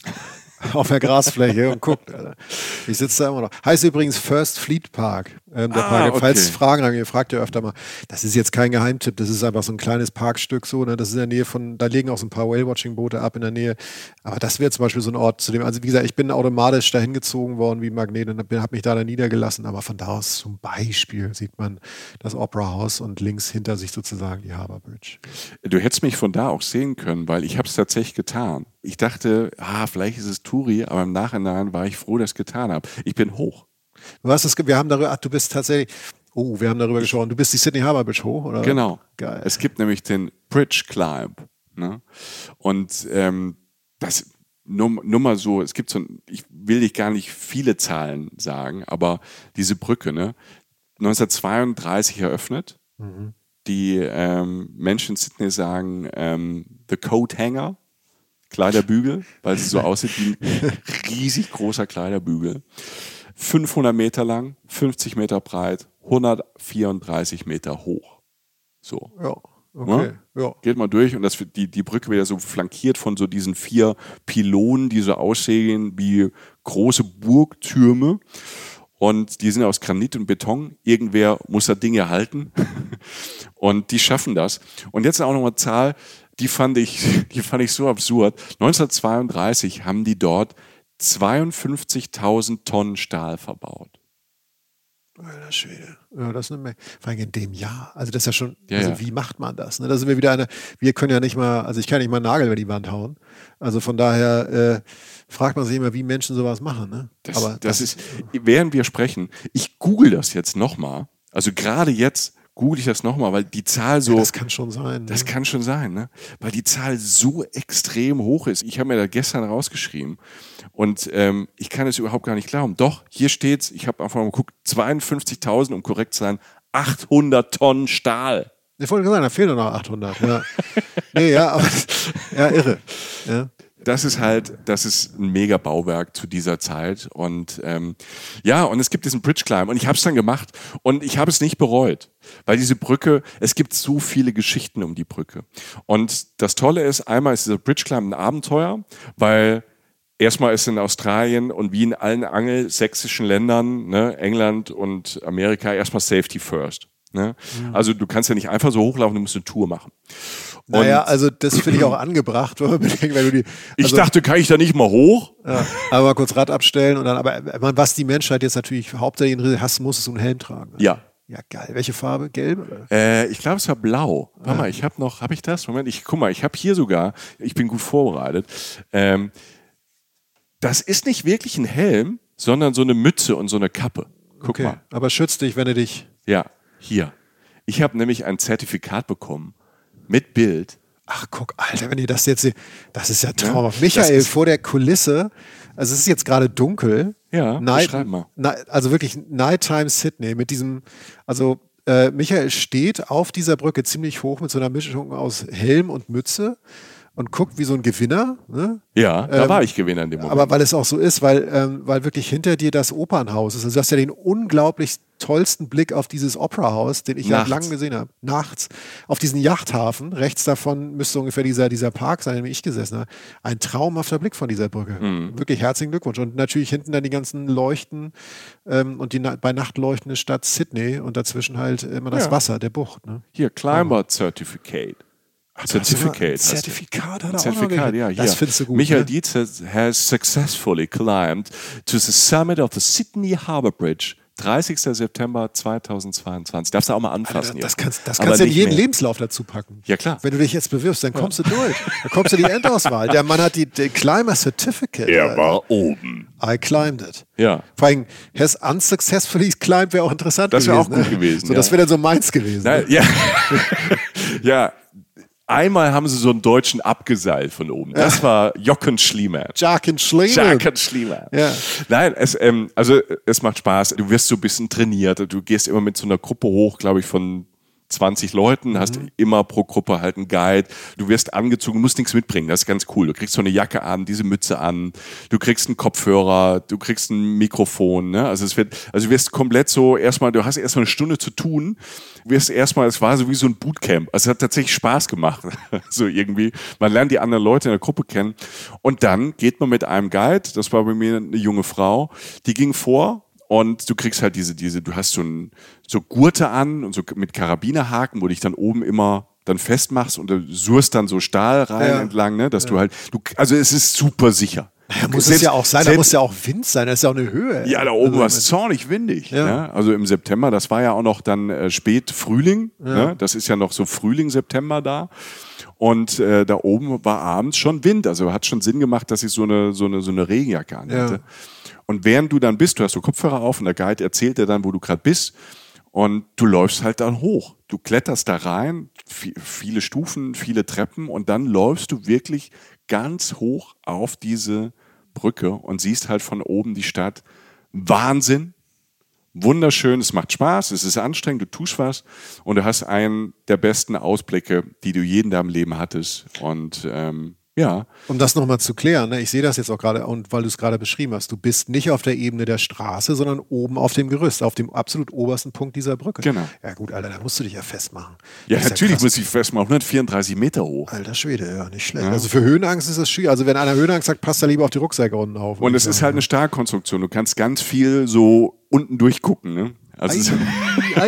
auf der Grasfläche und guckt. Alter. Ich sitze da immer noch. Heißt übrigens First Fleet Park. Ähm, der ah, Park. Okay. Falls Fragen haben, ihr fragt ja öfter mal. Das ist jetzt kein Geheimtipp, das ist einfach so ein kleines Parkstück so. Ne? Das ist in der Nähe von, da legen auch so ein paar Whale-Watching-Boote ab in der Nähe. Aber das wäre zum Beispiel so ein Ort, zu dem, also wie gesagt, ich bin automatisch dahin gezogen worden wie ein Magnet und habe mich da dann niedergelassen. Aber von da aus zum Beispiel sieht man das Opera House und links hinter sich sozusagen die Harbour Bridge. Du hättest mich von da auch sehen können, weil ich habe es tatsächlich getan. Ich dachte, ah, vielleicht ist es Touri, aber im Nachhinein war ich froh, dass ich es getan habe. Ich bin hoch. Du hast das, wir haben darüber, ach, du bist tatsächlich, oh, wir haben darüber gesprochen, du bist die Sydney Harbour Bridge hoch, oder? Genau. Geil. Es gibt nämlich den Bridge Climb. Ne? Und ähm, das, nur, nur mal so, es gibt so, ein, ich will dich gar nicht viele Zahlen sagen, aber diese Brücke, ne, neunzehnhundertzweiunddreißig eröffnet. Mhm. Die ähm, Menschen in Sydney sagen ähm, The Coat Hanger. Kleiderbügel, weil es so aussieht wie ein riesig großer Kleiderbügel. fünfhundert Meter lang, fünfzig Meter breit, hundertvierunddreißig Meter hoch. So. Ja, okay. Ja? Ja. Geht mal durch und das, die, die Brücke wird ja so flankiert von so diesen vier Pylonen, die so aussehen wie große Burgtürme. Und die sind aus Granit und Beton. Irgendwer muss das Ding ja halten. Und die schaffen das. Und jetzt auch noch eine Zahl, die fand ich, die fand ich so absurd. neunzehnhundertzweiunddreißig haben die dort zweiundfünfzigtausend Tonnen Stahl verbaut. Alter Schwede. Ja, das ist eine Menge. Vor allem in dem Jahr. Also das ist ja schon, ja, also ja. Wie macht man das? Ne? Da sind wir wieder eine, wir können ja nicht mal, also ich kann nicht mal einen Nagel über die Wand hauen. Also von daher äh, fragt man sich immer, wie Menschen sowas machen. Ne? Das, Aber das, das ist, während wir sprechen, ich google das jetzt nochmal, also gerade jetzt google ich das nochmal, weil die Zahl so... Ja, das kann schon sein. Das ne? kann schon sein, ne? Weil die Zahl so extrem hoch ist. Ich habe mir da gestern rausgeschrieben und ähm, ich kann es überhaupt gar nicht glauben. Doch, hier steht's, ich habe einfach mal geguckt, zweiundfünfzigtausend, um korrekt zu sein, achthundert Tonnen Stahl. Ich wollte sagen, da fehlen noch achthundert. Ja. nee, ja, aber ja, irre. Ja. Das ist halt, das ist ein mega Bauwerk zu dieser Zeit und ähm, ja, und es gibt diesen Bridge Climb und ich habe es dann gemacht und ich habe es nicht bereut, weil diese Brücke, es gibt so viele Geschichten um die Brücke und das Tolle ist, einmal ist dieser Bridge Climb ein Abenteuer, weil erstmal ist in Australien und wie in allen angelsächsischen Ländern, ne, England und Amerika, erstmal Safety first. Ne? Mhm. Also du kannst ja nicht einfach so hochlaufen, du musst eine Tour machen. Und naja, also das finde ich auch angebracht, wenn du die. Also, ich dachte, kann ich da nicht mal hoch? Ja, aber mal kurz Rad abstellen und dann, aber was die Menschheit jetzt natürlich hauptsächlich hassen muss, ist so einen Helm tragen. Ja. Ja, geil. Welche Farbe? Gelb? Oder? Äh, ich glaube, es war blau. Warte ja. mal, ich habe noch, habe ich das? Moment, ich guck mal, ich habe hier sogar, ich bin gut vorbereitet. Ähm, das ist nicht wirklich ein Helm, sondern so eine Mütze und so eine Kappe. Guck okay. mal. Aber schützt dich, wenn du dich. Ja, hier. Ich habe nämlich ein Zertifikat bekommen mit Bild. Ach, guck, Alter, wenn ihr das jetzt seht, das ist ja traumhaft. Ja, Michael, vor der Kulisse, also es ist jetzt gerade dunkel. Ja, Night, beschreib mal. Also wirklich Nighttime Sydney mit diesem, also äh, Michael steht auf dieser Brücke ziemlich hoch mit so einer Mischung aus Helm und Mütze und guckt wie so ein Gewinner. Ne? Ja, da ähm, war ich Gewinner in dem Moment. Aber weil es auch so ist, weil, ähm, weil wirklich hinter dir das Opernhaus ist. Also du hast ja den unglaublich tollsten Blick auf dieses Operahaus, den ich ja lange gesehen habe. Nachts. Auf diesen Yachthafen. Rechts davon müsste ungefähr dieser, dieser Park sein, in dem ich gesessen habe. Ein traumhafter Blick von dieser Brücke. Mhm. Wirklich herzlichen Glückwunsch. Und natürlich hinten dann die ganzen Leuchten ähm, und die na- bei Nacht leuchtende Stadt Sydney und dazwischen halt immer das ja. Wasser der Bucht. Ne? Hier, Climber Certificate. Ach, Certificate. Zertifikat hat er Zertifikat, auch noch ja, hier. Das findest du gut. Michael ne? Dietz has, has successfully climbed to the summit of the Sydney Harbour Bridge. dreißigster September zweitausendzweiundzwanzig. Darfst du auch mal anfassen. Alter, das hier. kannst, das kannst du in jeden mehr. Lebenslauf dazu packen. Ja, klar. Wenn du dich jetzt bewirbst, dann kommst ja. du durch. Dann kommst du in die Endauswahl. Der Mann hat die, die Climber Certificate. Er war oben. I climbed it. Ja. Vor allem, has unsuccessfully climbed wäre auch interessant das gewesen. Das wäre auch gut ne? gewesen. So, ja. Das wäre dann so meins gewesen. Nein, ne? Ja. ja. Einmal haben sie so einen Deutschen abgeseilt von oben. Das ja. war Jochen Schliemann. Jochen Schliemann. Jochen Schliemann. Ja. Nein, es, ähm, also, es macht Spaß. Du wirst so ein bisschen trainiert. Du gehst immer mit so einer Gruppe hoch, glaube ich, von zwanzig Leuten, hast mhm. immer pro Gruppe halt einen Guide. Du wirst angezogen, musst nichts mitbringen. Das ist ganz cool. Du kriegst so eine Jacke an, diese Mütze an. Du kriegst einen Kopfhörer, du kriegst ein Mikrofon. Ne? Also es wird, also du wirst komplett so erstmal, du hast erstmal eine Stunde zu tun. Du wirst erstmal, es war so wie so ein Bootcamp. Also es hat tatsächlich Spaß gemacht. so irgendwie. Man lernt die anderen Leute in der Gruppe kennen. Und dann geht man mit einem Guide, das war bei mir eine junge Frau, die ging vor. Und du kriegst halt diese, diese, du hast so, ein, so Gurte an und so mit Karabinerhaken, wo du dich dann oben immer dann festmachst und du surst dann so Stahl rein ja. entlang, ne, dass ja. du halt, du, also es ist super sicher. Ja, muss selbst, es ja auch sein, da muss ja auch Wind sein, das ist ja auch eine Höhe. Ja, da oben also, war es zornig windig. Ja. Ne? Also im September, das war ja auch noch dann äh, spät Frühling, ja. ne? Das ist ja noch so Frühling, September da. Und äh, da oben war abends schon Wind, also hat schon Sinn gemacht, dass ich so eine, so eine, so eine Regenjacke anhatte. Ja. Und während du dann bist, du hast so Kopfhörer auf und der Guide erzählt dir dann, wo du gerade bist und du läufst halt dann hoch. Du kletterst da rein, viele Stufen, viele Treppen und dann läufst du wirklich ganz hoch auf diese Brücke und siehst halt von oben die Stadt. Wahnsinn, wunderschön, es macht Spaß, es ist anstrengend, du tust was und du hast einen der besten Ausblicke, die du je in deinem Leben hattest und ähm, ja. Um das nochmal zu klären, ne? Ich sehe das jetzt auch gerade, und weil du es gerade beschrieben hast, du bist nicht auf der Ebene der Straße, sondern oben auf dem Gerüst, auf dem absolut obersten Punkt dieser Brücke. Genau. Ja gut, Alter, da musst du dich ja festmachen. Ja, natürlich ja muss ich festmachen, hundertvierunddreißig Meter hoch. Alter Schwede, ja, nicht schlecht. Ja. Also für Höhenangst ist das schwierig. Also wenn einer Höhenangst sagt, passt da lieber auf die Rucksäcke unten auf. Und es ist halt eine Stahlkonstruktion, du kannst ganz viel so unten durchgucken, ne? Also ei,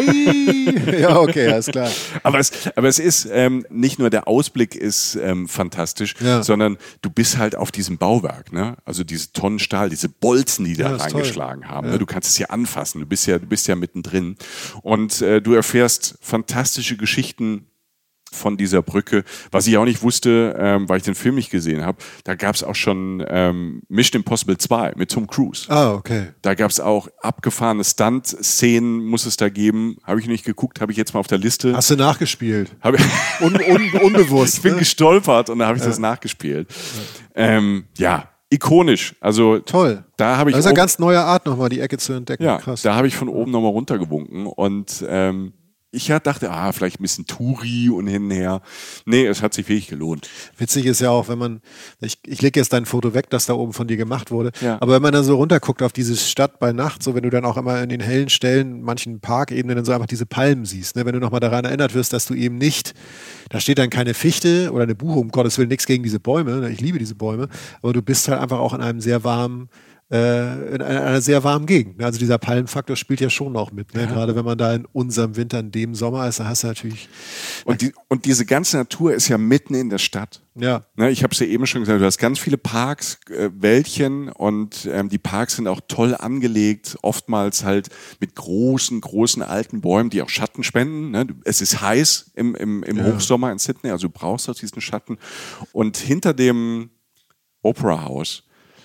ei. Ja, okay, alles klar. aber, es, aber es ist ähm, nicht nur der Ausblick ist ähm, fantastisch, ja. sondern du bist halt auf diesem Bauwerk, ne? Also diese Tonnen Stahl, diese Bolzen, die da ja, reingeschlagen toll. haben. Ja. Ne? Du kannst es ja anfassen, du bist ja, du bist ja mittendrin. Und äh, du erfährst fantastische Geschichten von dieser Brücke. Was ich auch nicht wusste, ähm, weil ich den Film nicht gesehen habe, da gab es auch schon ähm, Mission Impossible zwei mit Tom Cruise. Ah, okay. Da gab es auch abgefahrene Stunt-Szenen, muss es da geben. Habe ich nicht geguckt, habe ich jetzt mal auf der Liste. Hast du nachgespielt? Hab ich Un, un, unbewusst. ich bin ne? gestolpert und da habe ich Ja. das nachgespielt. Ja, ähm, ja ikonisch. Also Toll. da habe ich Das ist eine oben- ganz neue Art, nochmal die Ecke zu entdecken. ja, Krass. da habe ich von oben nochmal runtergewunken und ähm, ich dachte, ah, vielleicht ein bisschen Touri und hin und her. Nee, es hat sich wirklich gelohnt. Witzig ist ja auch, wenn man, ich, ich lege jetzt dein Foto weg, das da oben von dir gemacht wurde, Ja. aber wenn man dann so runterguckt auf diese Stadt bei Nacht, so wenn du dann auch immer in den hellen Stellen, manchen Parkebenen dann so einfach diese Palmen siehst, ne? Wenn du nochmal daran erinnert wirst, dass du eben nicht, da steht dann keine Fichte oder eine Buche, um Gottes Willen, nichts gegen diese Bäume, ich liebe diese Bäume, aber du bist halt einfach auch in einem sehr warmen, äh, in einer, einer sehr warmen Gegend. Also dieser Palmenfaktor spielt ja schon auch mit, ne? Ja. Gerade wenn man da in unserem Winter, in dem Sommer ist, da hast du natürlich, Und, die, und diese ganze Natur ist ja mitten in der Stadt. ja, Ne, ich habe es ja eben schon gesagt, du hast ganz viele Parks, äh, Wäldchen und ähm, die Parks sind auch toll angelegt, oftmals halt mit großen, großen alten Bäumen, die auch Schatten spenden. Ne? Es ist heiß im, im, im Ja. Hochsommer in Sydney, also du brauchst auch diesen Schatten. Und hinter dem Opera House,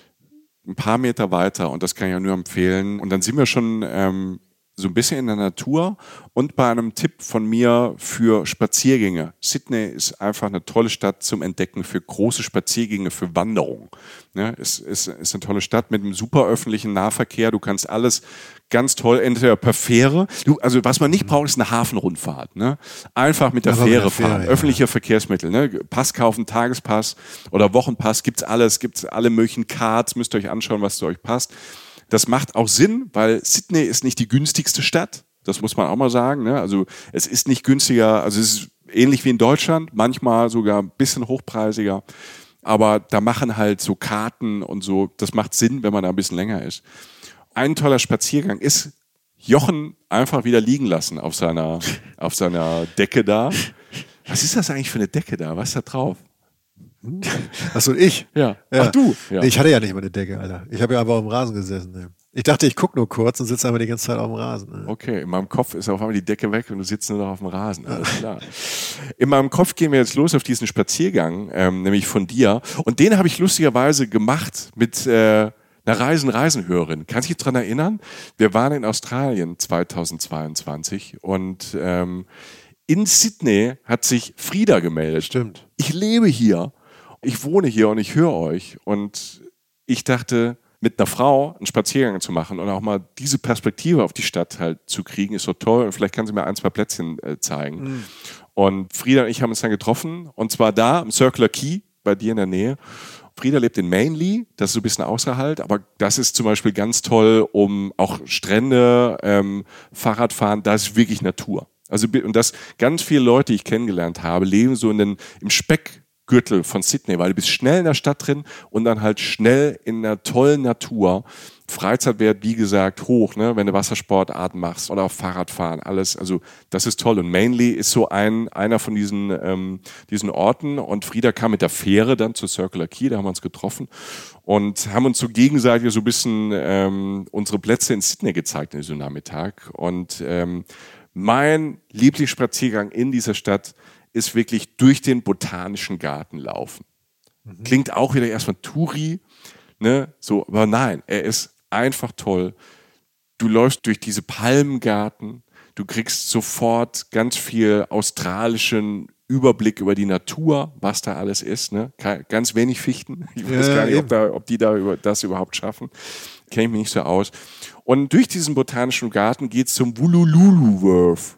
ein paar Meter weiter, und das kann ich auch nur empfehlen, und dann sind wir schon ähm, so ein bisschen in der Natur und bei einem Tipp von mir für Spaziergänge. Sydney ist einfach eine tolle Stadt zum Entdecken für große Spaziergänge, für Wanderungen. Ne, es ist, ist eine tolle Stadt mit einem super öffentlichen Nahverkehr. Du kannst alles ganz toll, entweder per Fähre. Du, also was man nicht braucht, ist eine Hafenrundfahrt. Ne? Einfach mit der Aber mit Fähre der Fähre, fahren. ja. Öffentliche Verkehrsmittel. Ne? Pass kaufen, Tagespass oder Wochenpass. Gibt's alles. Gibt's alle möglichen Cards. Müsst ihr euch anschauen, was zu euch passt. Das macht auch Sinn, weil Sydney ist nicht die günstigste Stadt. Das muss man auch mal sagen. Ne? Also es ist nicht günstiger, also es ist ähnlich wie in Deutschland, manchmal sogar ein bisschen hochpreisiger. Aber da machen halt so Karten und so, das macht Sinn, wenn man da ein bisschen länger ist. Ein toller Spaziergang ist Jochen einfach wieder liegen lassen auf seiner, auf seiner Decke da. Was ist das eigentlich für eine Decke da? Was ist da drauf? Achso, ich? Ja. Ja. Ach du? Ja. Nee, ich hatte ja nicht mal eine Decke, Alter. Ich habe ja aber auf dem Rasen gesessen. Ne. Ich dachte, ich gucke nur kurz und sitze aber die ganze Zeit auf dem Rasen. Ne. Okay, in meinem Kopf ist auf einmal die Decke weg und du sitzt nur noch auf dem Rasen. Alles klar. In meinem Kopf gehen wir jetzt los auf diesen Spaziergang, ähm, nämlich von dir. Und den habe ich lustigerweise gemacht mit äh, einer Reisen-Reisen-Hörerin. Kannst du dich daran erinnern? Wir waren in Australien zweitausendzweiundzwanzig und ähm, in Sydney hat sich Frieda gemeldet. Stimmt. Ich lebe hier, ich wohne hier und ich höre euch. Und ich dachte, mit einer Frau einen Spaziergang zu machen und auch mal diese Perspektive auf die Stadt halt zu kriegen, ist so toll. Und vielleicht kann sie mir ein, zwei Plätzchen äh, zeigen. Mhm. Und Frieda und ich haben uns dann getroffen. Und zwar da am Circular Quay, bei dir in der Nähe. Frieda lebt in Manly, das ist so ein bisschen außerhalb, aber das ist zum Beispiel ganz toll, um auch Strände, ähm, Fahrradfahren, da ist wirklich Natur. Also, und das ganz viele Leute, die ich kennengelernt habe, leben so in den, im Speckgürtel von Sydney, weil du bist schnell in der Stadt drin und dann halt schnell in einer tollen Natur. Freizeitwert, wie gesagt, hoch, ne, wenn du Wassersportarten machst oder auch Fahrradfahren, alles. Also das ist toll. Und Manly ist so ein einer von diesen, ähm, diesen Orten. Und Frieda kam mit der Fähre dann zu Circular Quay, da haben wir uns getroffen und haben uns so gegenseitig so ein bisschen ähm, unsere Plätze in Sydney gezeigt in diesem Nachmittag. Und ähm, mein Lieblingsspaziergang in dieser Stadt ist wirklich durch den Botanischen Garten laufen. Mhm. Klingt auch wieder erstmal Touri, ne? So, aber nein, er ist einfach toll. Du läufst durch diese Palmengarten, du kriegst sofort ganz viel australischen Überblick über die Natur, was da alles ist. Ne? Ganz wenig Fichten. Ich weiß ja, gar nicht, ob, da, ob die da über, das überhaupt schaffen. Kenne ich mich nicht so aus. Und durch diesen botanischen Garten geht es zum Woolloomooloo-Wharf.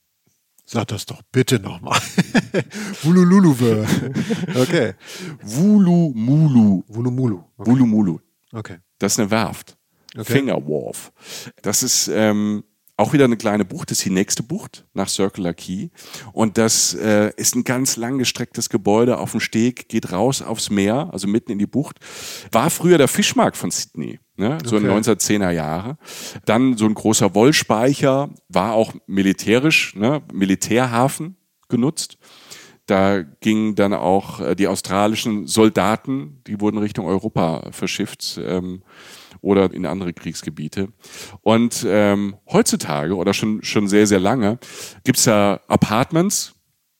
Sag das doch bitte nochmal. Woolloomooloo-Wharf. Okay. Woolloomooloo. Woolloomooloo. Okay. Woolloomooloo. Okay. Das ist eine Werft. Okay. Finger Wharf. Das ist ähm, auch wieder eine kleine Bucht. Das ist die nächste Bucht nach Circular Quay. Und das äh, ist ein ganz langgestrecktes Gebäude auf dem Steg, geht raus aufs Meer, also mitten in die Bucht. War früher der Fischmarkt von Sydney, ne? So in Okay. neunzehnhundertzehner Jahre. Dann so ein großer Wollspeicher, war auch militärisch, ne? Militärhafen genutzt. Da gingen dann auch äh, die australischen Soldaten, die wurden Richtung Europa verschifft ähm, oder in andere Kriegsgebiete. Und ähm, heutzutage oder schon schon sehr, sehr lange gibt's da Apartments,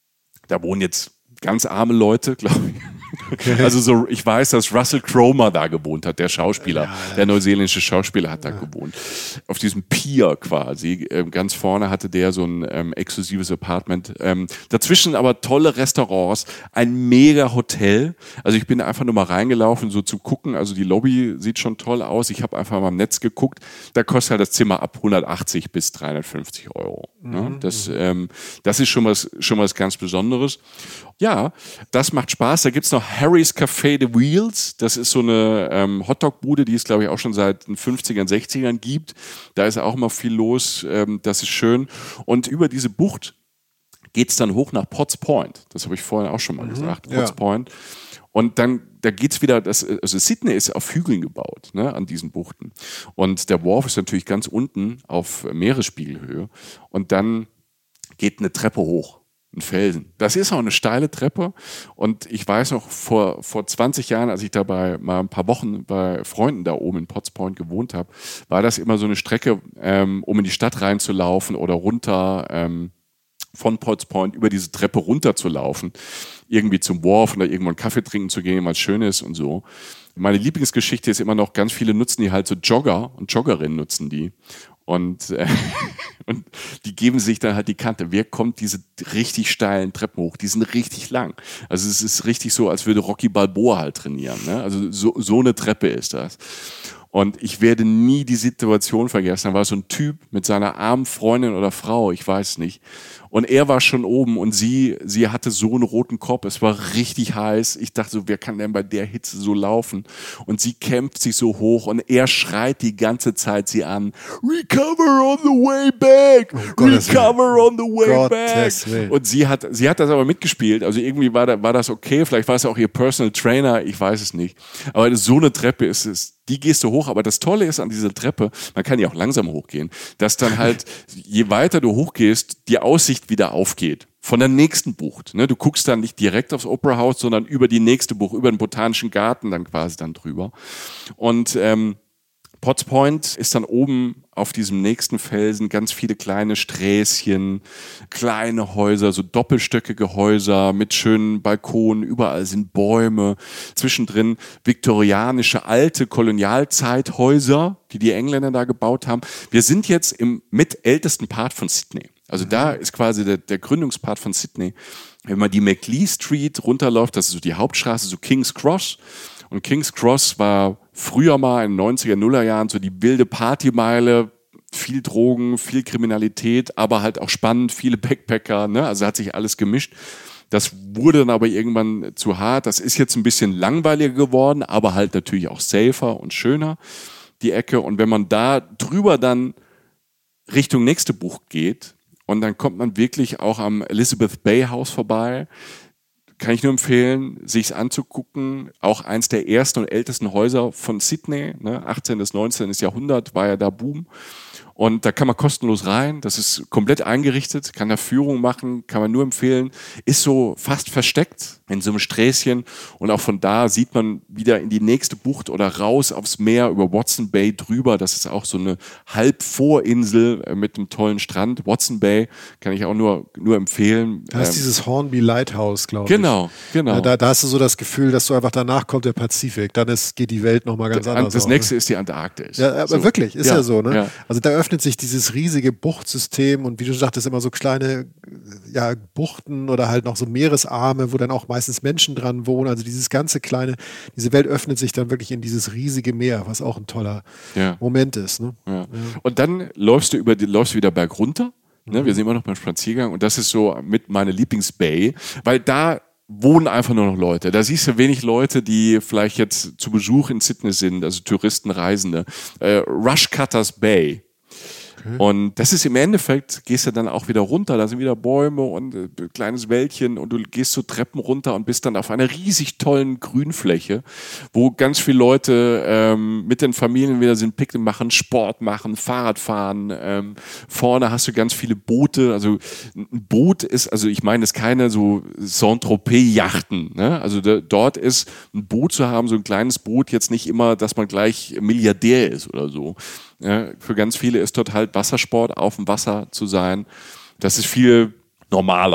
Da wohnen jetzt ganz arme Leute, glaube ich. Okay. Also so, ich weiß, dass Russell Crowe da gewohnt hat, der Schauspieler, ja, ja. der neuseeländische Schauspieler hat ja. da gewohnt. Auf diesem Pier quasi, ähm, ganz vorne hatte der so ein ähm, exklusives Apartment. Ähm, dazwischen aber tolle Restaurants, ein mega Hotel. Also ich bin einfach nur mal reingelaufen, so zu gucken. Also die Lobby sieht schon toll aus. Ich habe einfach mal im Netz geguckt. Da kostet halt das Zimmer ab hundertachtzig bis dreihundertfünfzig Euro. Mhm. Ne? Das, ähm, das ist schon was, schon was ganz Besonderes. Ja, das macht Spaß. Da gibt's noch Harry's Café The Wheels. Das ist so eine ähm, Hotdog-Bude, die es, glaube ich, auch schon seit den fünfzigern, sechzigern gibt. Da ist auch immer viel los. Ähm, das ist schön. Und über diese Bucht geht's dann hoch nach Potts Point. Das habe ich vorhin auch schon mal mhm, gesagt. Potts ja. Point. Und dann, da geht's wieder, das, also Sydney ist auf Hügeln gebaut, ne, an diesen Buchten. Und der Wharf ist natürlich ganz unten auf Meeresspiegelhöhe. Und dann geht eine Treppe hoch. Ein Felsen. Das ist auch eine steile Treppe und ich weiß noch, vor, vor zwanzig Jahren, als ich dabei mal ein paar Wochen bei Freunden da oben in Potts Point gewohnt habe, war das immer so eine Strecke, ähm, um in die Stadt reinzulaufen oder runter ähm, von Potts Point über diese Treppe runterzulaufen, irgendwie zum Wharf oder irgendwann Kaffee trinken zu gehen, weil es schön ist und so. Meine Lieblingsgeschichte ist immer noch, ganz viele nutzen die halt so Jogger und Joggerinnen nutzen die. Und, äh, und die geben sich dann halt die Kante. Wer kommt diese richtig steilen Treppen hoch? Die sind richtig lang. Also es ist richtig so, als würde Rocky Balboa halt trainieren. Ne? Also so, so eine Treppe ist das. Und ich werde nie die Situation vergessen. Da war so ein Typ mit seiner armen Freundin oder Frau, ich weiß nicht. Und er war schon oben und sie, sie hatte so einen roten Kopf. Es war richtig heiß. Ich dachte so, wer kann denn bei der Hitze so laufen? Und sie kämpft sich so hoch und er schreit die ganze Zeit sie an. Recover on the way back! Oh, Recover on the way Gott back! Und sie hat, sie hat das aber mitgespielt. Also irgendwie war, da, war das okay. Vielleicht war es auch ihr Personal Trainer. Ich weiß es nicht. Aber so eine Treppe ist es. Die gehst du hoch, aber das Tolle ist an dieser Treppe, man kann ja auch langsam hochgehen, dass dann halt, je weiter du hochgehst, die Aussicht wieder aufgeht. Von der nächsten Bucht. Ne? Du guckst dann nicht direkt aufs Opera House, sondern über die nächste Bucht, über den Botanischen Garten dann quasi dann drüber. Und ähm, Potts Point ist dann oben auf diesem nächsten Felsen ganz viele kleine Sträßchen, kleine Häuser, so doppelstöckige Häuser mit schönen Balkonen, überall sind Bäume, zwischendrin viktorianische alte Kolonialzeithäuser, die die Engländer da gebaut haben. Wir sind jetzt im mitältesten Part von Sydney. Also da ist quasi der, der Gründungspart von Sydney. Wenn man die Macleay Street runterläuft, das ist so die Hauptstraße, so King's Cross. Und King's Cross war früher mal in den neunziger, Nuller Jahren so die wilde Partymeile, viel Drogen, viel Kriminalität, aber halt auch spannend, viele Backpacker, ne? Also hat sich alles gemischt. Das wurde dann aber irgendwann zu hart. Das ist jetzt ein bisschen langweiliger geworden, aber halt natürlich auch safer und schöner, die Ecke. Und wenn man da drüber dann Richtung nächste Bucht geht und dann kommt man wirklich auch am Elizabeth Bay House vorbei, kann ich nur empfehlen, sich's anzugucken. Auch eins der ersten und ältesten Häuser von Sydney, ne? achtzehnten bis neunzehnten Jahrhundert war ja da Boom. Und da kann man kostenlos rein. Das ist komplett eingerichtet, kann da Führung machen, kann man nur empfehlen. Ist so fast versteckt in so einem Sträßchen. Und auch von da sieht man wieder in die nächste Bucht oder raus aufs Meer über Watson Bay drüber. Das ist auch so eine Halbvorinsel mit einem tollen Strand. Watson Bay kann ich auch nur, nur empfehlen. Da ist ähm, dieses Hornby Lighthouse, glaube genau, ich. Genau, genau. Da, da hast du so das Gefühl, dass du einfach danach kommt der Pazifik. Dann ist, geht die Welt nochmal ganz anders. Das auch, nächste ne? ist die Antarktis. Ja, aber so. wirklich, ist ja, ja so. Ne? Ja. Also da öffnet sich dieses riesige Buchtsystem und wie du sagtest, immer so kleine ja, Buchten oder halt noch so Meeresarme, wo dann auch meistens Menschen dran wohnen. Also dieses ganze kleine, diese Welt öffnet sich dann wirklich in dieses riesige Meer, was auch ein toller ja. Moment ist. Ne? Ja. Ja. Und dann läufst du über die, läufst wieder berg runter. Ne? Wir sind immer noch beim Spaziergang und das ist so mit meiner Lieblingsbay, weil da wohnen einfach nur noch Leute. Da siehst du wenig Leute, die vielleicht jetzt zu Besuch in Sydney sind, also Touristen, Reisende. Äh, Rushcutters Bay. Okay. Und das ist im Endeffekt, gehst du dann auch wieder runter, da sind wieder Bäume und ein äh, kleines Wäldchen und du gehst so Treppen runter und bist dann auf einer riesig tollen Grünfläche, wo ganz viele Leute ähm, mit den Familien wieder sind, Picknick machen, Sport machen, Fahrrad fahren. Ähm, vorne hast du ganz viele Boote, also ein Boot ist, also ich meine, es ist keine so Saint-Tropez-Yachten, ne? Also da, dort ist ein Boot zu haben, so ein kleines Boot, jetzt nicht immer, dass man gleich Milliardär ist oder so. Ja, für ganz viele ist dort halt Wassersport, auf dem Wasser zu sein. Das ist viel normaler,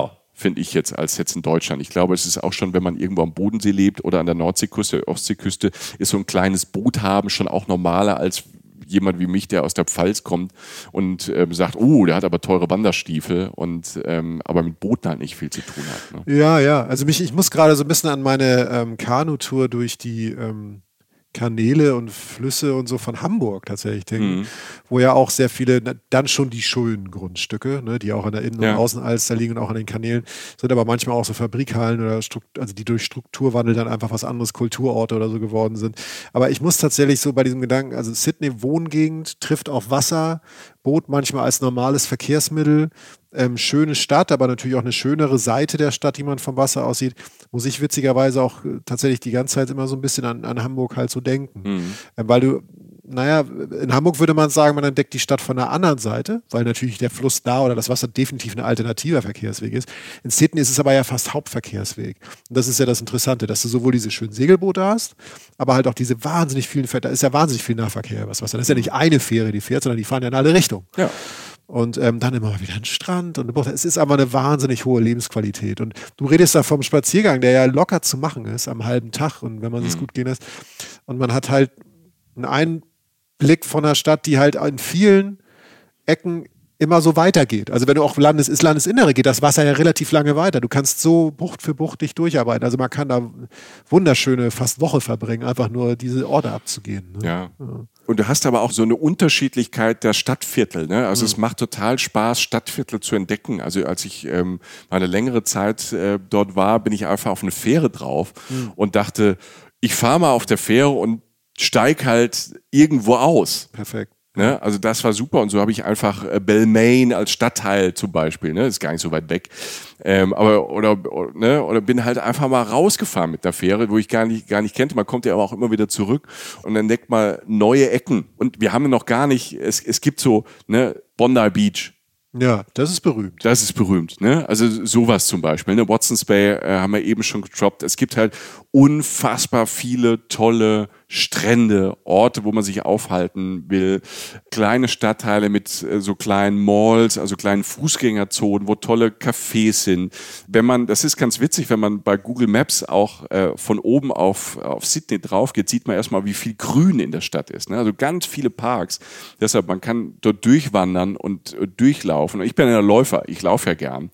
finde ich jetzt, als jetzt in Deutschland. Ich glaube, es ist auch schon, wenn man irgendwo am Bodensee lebt oder an der Nordseeküste, der Ostseeküste, ist so ein kleines Boot haben schon auch normaler als jemand wie mich, der aus der Pfalz kommt und ähm, sagt, oh, der hat aber teure Wanderstiefel und ähm, aber mit Booten halt nicht viel zu tun hat. Ne? Ja, ja. Also mich, ich muss gerade so ein bisschen an meine ähm, Kanutour durch die ähm Kanäle und Flüsse und so von Hamburg tatsächlich denken, mhm. wo ja auch sehr viele, dann schon die schönen Grundstücke, ne, die auch an der Innen- und ja. Außenalster liegen und auch an den Kanälen, sind aber manchmal auch so Fabrikhallen oder Strukt- also die durch Strukturwandel dann einfach was anderes, Kulturorte oder so geworden sind. Aber ich muss tatsächlich so bei diesem Gedanken, also Sydney Wohngegend trifft auf Wasser, Boot manchmal als normales Verkehrsmittel, ähm, schöne Stadt, aber natürlich auch eine schönere Seite der Stadt, die man vom Wasser aussieht, muss ich witzigerweise auch äh, tatsächlich die ganze Zeit immer so ein bisschen an, an Hamburg halt so denken. Mhm. Ähm, weil du, naja, in Hamburg würde man sagen, man entdeckt die Stadt von der anderen Seite, weil natürlich der Fluss da oder das Wasser definitiv ein alternativer Verkehrsweg ist. In Sydney ist es aber ja fast Hauptverkehrsweg. Und das ist ja das Interessante, dass du sowohl diese schönen Segelboote hast, aber halt auch diese wahnsinnig vielen, da ist ja wahnsinnig viel Nahverkehr. Was, was, das ist ja nicht eine Fähre, die fährt, sondern die fahren ja in alle Richtungen. Ja. Und ähm, dann immer wieder ein Strand und es ist aber eine wahnsinnig hohe Lebensqualität. Und du redest da vom Spaziergang, der ja locker zu machen ist am halben Tag und wenn man mhm. es gut gehen lässt. Und man hat halt einen Einblick von einer Stadt, die halt in vielen Ecken immer so weitergeht. Also wenn du auch Landes ist Landesinnere, geht das Wasser ja relativ lange weiter. Du kannst so Bucht für Bucht dich durcharbeiten. Also man kann da wunderschöne fast Woche verbringen, einfach nur diese Orte abzugehen. Ne? Ja. ja. Und du hast aber auch so eine Unterschiedlichkeit der Stadtviertel. Ne? Also mhm. es macht total Spaß, Stadtviertel zu entdecken. Also als ich ähm, mal eine längere Zeit äh, dort war, bin ich einfach auf eine Fähre drauf mhm. und dachte, ich fahre mal auf der Fähre und steig halt irgendwo aus. Perfekt. Ne? Also das war super und so habe ich einfach äh, Balmain als Stadtteil zum Beispiel, ne? Ist gar nicht so weit weg, ähm, aber oder, oder, ne? oder bin halt einfach mal rausgefahren mit der Fähre, wo ich gar nicht gar nicht kannte. Man kommt ja aber auch immer wieder zurück und entdeckt mal neue Ecken und wir haben noch gar nicht. Es, es gibt so ne Bondi Beach. Ja, das ist berühmt. Das ist berühmt, ne? Also sowas zum Beispiel. Ne? Watson's Bay äh, haben wir eben schon getroppt. Es gibt halt unfassbar viele tolle Strände, Orte, wo man sich aufhalten will, kleine Stadtteile mit äh, so kleinen Malls, also kleinen Fußgängerzonen, wo tolle Cafés sind. Wenn man, das ist ganz witzig, wenn man bei Google Maps auch äh, von oben auf, auf Sydney drauf geht, sieht man erstmal, wie viel Grün in der Stadt ist. Ne? Also ganz viele Parks. Deshalb, man kann dort durchwandern und äh, durchlaufen. Und ich bin ja ein Läufer, ich laufe ja gern.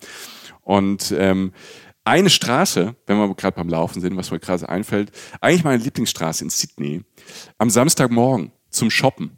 Und ähm, eine Straße, wenn wir gerade beim Laufen sind, was mir gerade einfällt, eigentlich meine Lieblingsstraße in Sydney, am Samstagmorgen zum Shoppen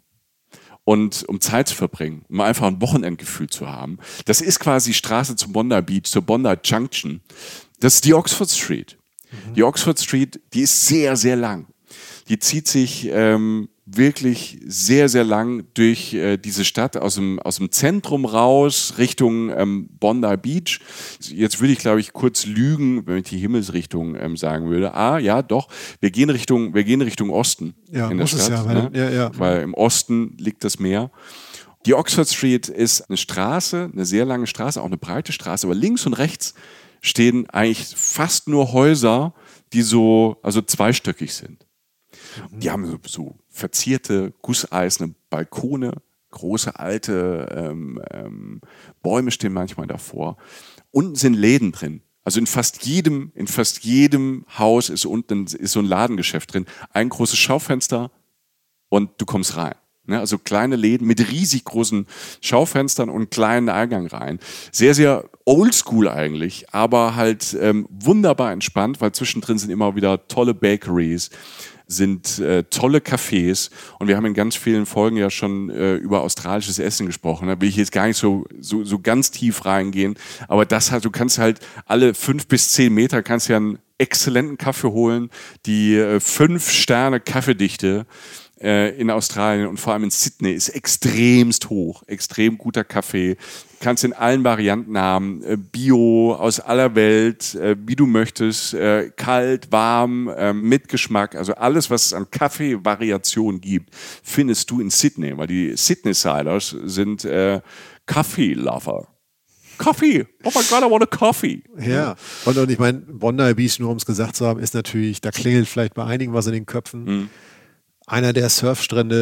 und um Zeit zu verbringen, um einfach ein Wochenendgefühl zu haben. Das ist quasi die Straße zum Bondi Beach, zur Bondi Junction. Das ist die Oxford Street. Mhm. Die Oxford Street, die ist sehr, sehr lang. Die zieht sich ähm, wirklich sehr, sehr lang durch äh, diese Stadt aus dem, aus dem Zentrum raus Richtung ähm, Bondi Beach. Jetzt würde ich, glaube ich, kurz lügen, wenn ich die Himmelsrichtung ähm, sagen würde. Ah, ja, doch. Wir gehen Richtung, wir gehen Richtung Osten ja, in der muss Stadt. Es ja, weil, ne? ja, ja. weil im Osten liegt das Meer. Die Oxford Street ist eine Straße, eine sehr lange Straße, auch eine breite Straße, aber links und rechts stehen eigentlich fast nur Häuser, die so, also zweistöckig sind. Die haben so, so verzierte, gusseiserne Balkone, große alte ähm, ähm, Bäume stehen manchmal davor. Unten sind Läden drin. Also in fast jedem, in fast jedem Haus ist unten ist so ein Ladengeschäft drin. Ein großes Schaufenster und du kommst rein. Ne? Also kleine Läden mit riesig großen Schaufenstern und kleinen Eingang rein. Sehr, sehr oldschool eigentlich, aber halt ähm, wunderbar entspannt, weil zwischendrin sind immer wieder tolle Bakeries, sind äh, tolle Cafés und wir haben in ganz vielen Folgen ja schon äh, über australisches Essen gesprochen. Da will ich jetzt gar nicht so, so, so ganz tief reingehen, aber das halt, du kannst halt alle fünf bis zehn Meter kannst ja einen exzellenten Kaffee holen, die äh, fünf Sterne Kaffeedichte äh, in Australien und vor allem in Sydney ist extremst hoch, extrem guter Kaffee. Kannst in allen Varianten haben, äh, Bio, aus aller Welt, äh, wie du möchtest, äh, kalt, warm, äh, mit Geschmack. Also alles, was es an Kaffee-Variationen gibt, findest du in Sydney, weil die Sydney-Siders sind äh, Kaffee-Lover. Coffee. Oh my God, I want a coffee. Ja, und, und ich meine, Bondi Beach, nur um es gesagt zu haben, ist natürlich, da klingelt vielleicht bei einigen was in den Köpfen. Mhm. Einer der Surfstrände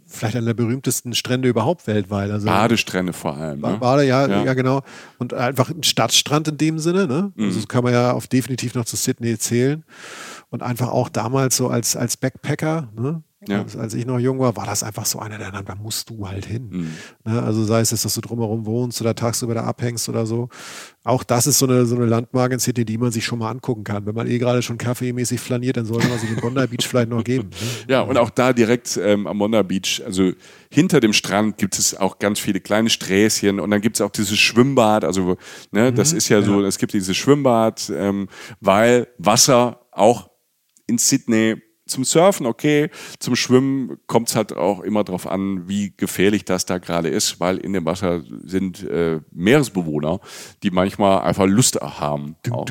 vielleicht einer der berühmtesten Strände überhaupt weltweit. Also Badestrände vor allem. Ne? Bade, ja, ja, ja, genau. Und einfach ein Stadtstrand in dem Sinne. Ne? Mhm. Also das kann man ja auf definitiv noch zu Sydney zählen. Und einfach auch damals so als, als Backpacker, ne? Ja. Als, als ich noch jung war, war das einfach so einer der, da musst du halt hin. Mhm. Ne? Also sei es, dass du drumherum wohnst oder tagsüber da abhängst oder so. Auch das ist so eine, so eine Landmarke in Sydney, die man sich schon mal angucken kann. Wenn man eh gerade schon kaffeemäßig flaniert, dann sollte man sich den Bondi Beach vielleicht noch geben. Ne? Ja, und auch da direkt ähm, am Bondi Beach, also hinter dem Strand gibt es auch ganz viele kleine Sträßchen und dann gibt es auch dieses Schwimmbad, also ne, das Mhm, ist ja, ja so, es gibt dieses Schwimmbad, ähm, weil Wasser auch in Sydney zum Surfen, okay, zum Schwimmen kommt es halt auch immer darauf an, wie gefährlich das da gerade ist, weil in dem Wasser sind äh, Meeresbewohner, die manchmal einfach Lust haben. Auch.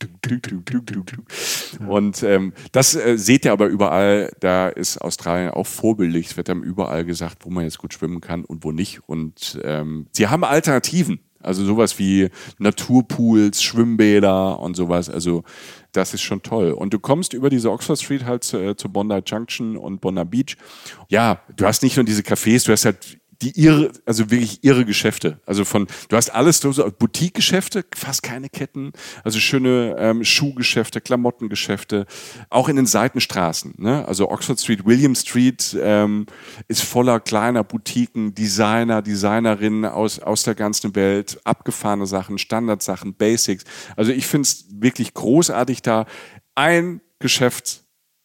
Und ähm, das äh, seht ihr aber überall, da ist Australien auch vorbildlich, es wird dann überall gesagt, wo man jetzt gut schwimmen kann und wo nicht. Und ähm, sie haben Alternativen. Also sowas wie Naturpools, Schwimmbäder und sowas. Also das ist schon toll. Und du kommst über diese Oxford Street halt zu, äh, zu Bondi Junction und Bondi Beach. Ja, du hast nicht nur diese Cafés, du hast halt die irre, also wirklich irre Geschäfte. Also von, du hast alles, so Boutique-Geschäfte, fast keine Ketten, also schöne ähm, Schuhgeschäfte, Klamottengeschäfte, auch in den Seitenstraßen. Ne? Also Oxford Street, William Street ähm, ist voller kleiner Boutiquen, Designer, Designerinnen aus, aus der ganzen Welt, abgefahrene Sachen, Standardsachen, Basics. Also ich finde es wirklich großartig da. Ein Geschäft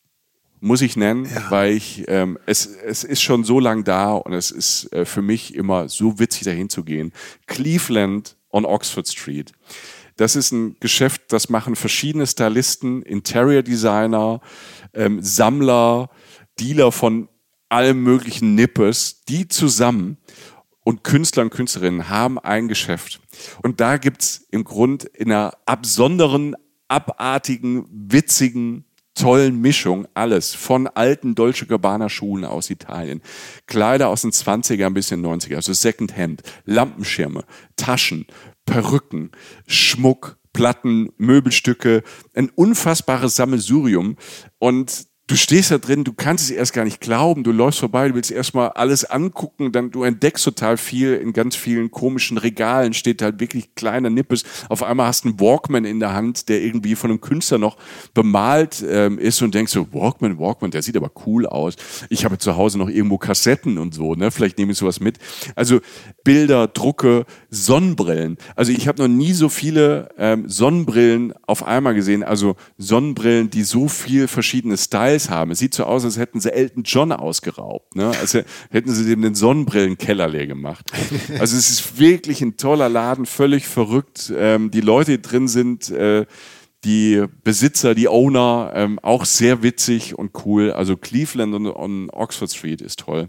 muss ich nennen, ja. weil ich, ähm, es, es ist schon so lang da und es ist äh, für mich immer so witzig, dahin zu gehen. Cleveland on Oxford Street. Das ist ein Geschäft, das machen verschiedene Stylisten, Interior Designer, ähm, Sammler, Dealer von allem möglichen Nippes, die zusammen und Künstler und Künstlerinnen haben ein Geschäft. Und da gibt's im Grund in einer absonderen, abartigen, witzigen, tollen Mischung, alles. Von alten Dolce Gabbana Schuhen aus Italien, Kleider aus den zwanziger bis in den neunziger, also Secondhand, Lampenschirme, Taschen, Perücken, Schmuck, Platten, Möbelstücke, ein unfassbares Sammelsurium. Und du stehst da drin, du kannst es erst gar nicht glauben, du läufst vorbei, du willst erstmal alles angucken, dann du entdeckst total viel, in ganz vielen komischen Regalen steht halt wirklich kleiner Nippes. Auf einmal hast du einen Walkman in der Hand, der irgendwie von einem Künstler noch bemalt ähm, ist und denkst so, Walkman, Walkman, der sieht aber cool aus. Ich habe zu Hause noch irgendwo Kassetten und so, ne? Vielleicht nehme ich sowas mit. Also Bilder, Drucke, Sonnenbrillen. Also ich habe noch nie so viele ähm, Sonnenbrillen auf einmal gesehen, also Sonnenbrillen, die so viel verschiedene Styles haben. Es sieht so aus, als hätten sie Elton John ausgeraubt, ne? Als hätten sie dem den Sonnenbrillenkeller leer gemacht. Also es ist wirklich ein toller Laden, völlig verrückt. Ähm, die Leute, die drin sind, äh, die Besitzer, die Owner, ähm, auch sehr witzig und cool. Also Cleveland und, und Oxford Street ist toll.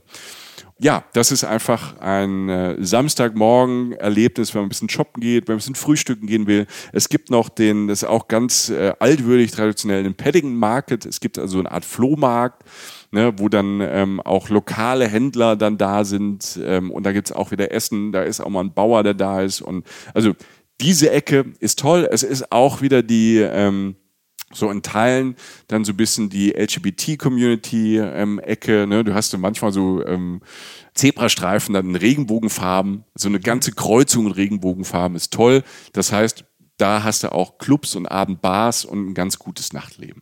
Ja, das ist einfach ein äh, Samstagmorgen-Erlebnis, wenn man ein bisschen shoppen geht, wenn man ein bisschen frühstücken gehen will. Es gibt noch den, das ist auch ganz äh, altwürdig, traditionell, den Paddington Market. Es gibt also eine Art Flohmarkt, ne, wo dann ähm, auch lokale Händler dann da sind. Ähm, und da gibt's auch wieder Essen, da ist auch mal ein Bauer, der da ist. Und also diese Ecke ist toll. Es ist auch wieder die ähm, so in Teilen dann so ein bisschen die L G B T-Community-Ecke. Ähm, ne? Du hast dann manchmal so ähm, Zebrastreifen, dann in Regenbogenfarben. So eine ganze Kreuzung in Regenbogenfarben ist toll. Das heißt, da hast du auch Clubs und Abendbars und ein ganz gutes Nachtleben.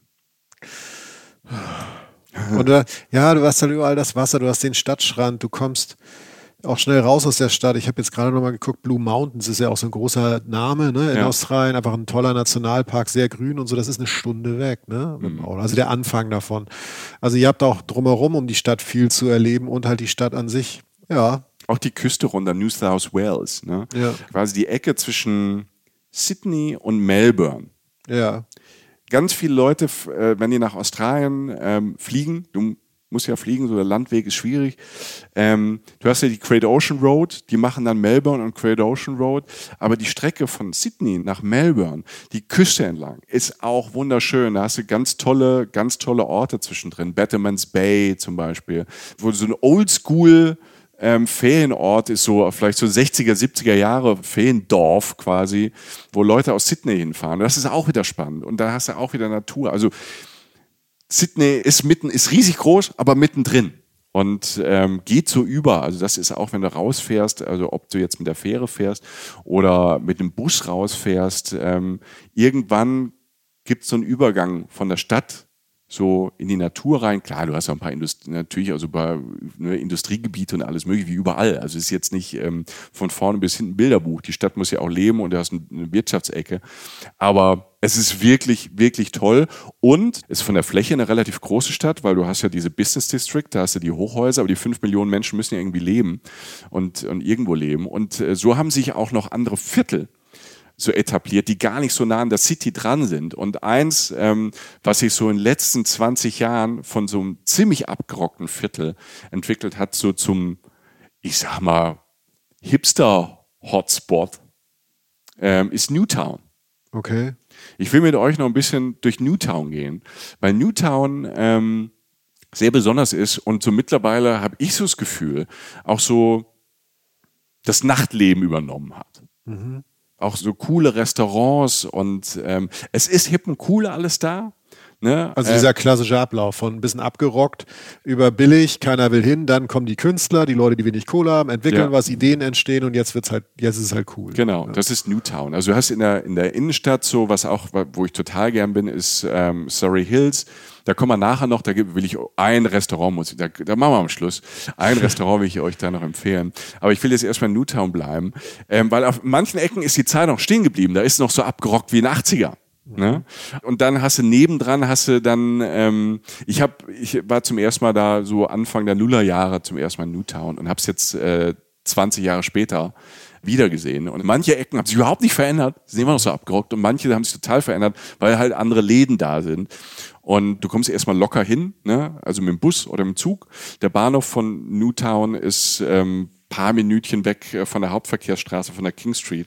Und da, ja, du hast halt überall das Wasser, du hast den Stadtstrand, du kommst auch schnell raus aus der Stadt. Ich habe jetzt gerade nochmal geguckt, Blue Mountains ist ja auch so ein großer Name, ne, in ja. Australien, einfach ein toller Nationalpark, sehr grün und so, das ist eine Stunde weg, ne, mit dem Auto. Also der Anfang davon. Also ihr habt auch drumherum um die Stadt viel zu erleben und halt die Stadt an sich, ja. Auch die Küste runter, New South Wales, ne, ja. quasi die Ecke zwischen Sydney und Melbourne. Ja. Ganz viele Leute, äh, wenn die nach Australien ähm, fliegen, du musst ja fliegen, so der Landweg ist schwierig. Ähm, du hast ja die Great Ocean Road, die machen dann Melbourne und Great Ocean Road, aber die Strecke von Sydney nach Melbourne, die Küste entlang, ist auch wunderschön. Da hast du ganz tolle, ganz tolle Orte zwischendrin. Batman's Bay zum Beispiel, wo so ein Oldschool Ähm, Ferienort ist, so vielleicht so sechziger, siebziger Jahre Feriendorf quasi, wo Leute aus Sydney hinfahren. Das ist auch wieder spannend. Und da hast du auch wieder Natur. Also Sydney ist mitten, ist riesig groß, aber mittendrin. und ähm, geht so über. Also das ist auch, wenn du rausfährst, also ob du jetzt mit der Fähre fährst oder mit dem Bus rausfährst, ähm, irgendwann gibt es so einen Übergang von der Stadt so in die Natur rein. Klar, du hast auch ein paar Indust- natürlich also ein paar ne, Industriegebiete und alles mögliche, wie überall. Also es ist jetzt nicht ähm, von vorne bis hinten ein Bilderbuch. Die Stadt muss ja auch leben und du hast eine Wirtschaftsecke. Aber es ist wirklich, wirklich toll und ist von der Fläche eine relativ große Stadt, weil du hast ja diese Business District, da hast du die Hochhäuser, aber die fünf Millionen Menschen müssen ja irgendwie leben und, und irgendwo leben. Und äh, so haben sich auch noch andere Viertel so etabliert, die gar nicht so nah an der City dran sind. Und eins, ähm, was sich so in den letzten zwanzig Jahren von so einem ziemlich abgerockten Viertel entwickelt hat, so zum, ich sag mal, Hipster-Hotspot, ähm, ist Newtown. Okay. Ich will mit euch noch ein bisschen durch Newtown gehen, weil Newtown ähm, sehr besonders ist und so mittlerweile habe ich so das Gefühl, auch so das Nachtleben übernommen hat. Mhm. Auch so coole Restaurants und ähm, es ist hip und cool alles da. Ne? Also dieser klassische Ablauf von ein bisschen abgerockt über billig, keiner will hin, dann kommen die Künstler, die Leute, die wenig Kohle haben, entwickeln ja. was, Ideen entstehen und jetzt wird's halt, jetzt ist es halt cool. Genau, ja. Das ist Newtown. Also du hast in der, in der Innenstadt so, was auch, wo ich total gern bin, ist ähm, Surrey Hills. Da kommen wir nachher noch, da will ich ein Restaurant, muss ich, da, da machen wir am Schluss. Ein Restaurant will ich euch da noch empfehlen. Aber ich will jetzt erstmal in Newtown bleiben, ähm, weil auf manchen Ecken ist die Zeit noch stehen geblieben. Da ist noch so abgerockt wie in den achtziger. Ne? Und dann hast du nebendran, hast du dann, ähm, ich hab, ich war zum ersten Mal da so Anfang der Nullerjahre zum ersten Mal in Newtown und hab's jetzt äh, zwanzig Jahre später wieder gesehen. Und manche Ecken haben sich überhaupt nicht verändert, sind immer noch so abgerockt und manche haben sich total verändert, weil halt andere Läden da sind. Und du kommst erstmal locker hin, ne? Also mit dem Bus oder mit dem Zug. Der Bahnhof von Newtown ist ähm, paar Minütchen weg von der Hauptverkehrsstraße, von der King Street.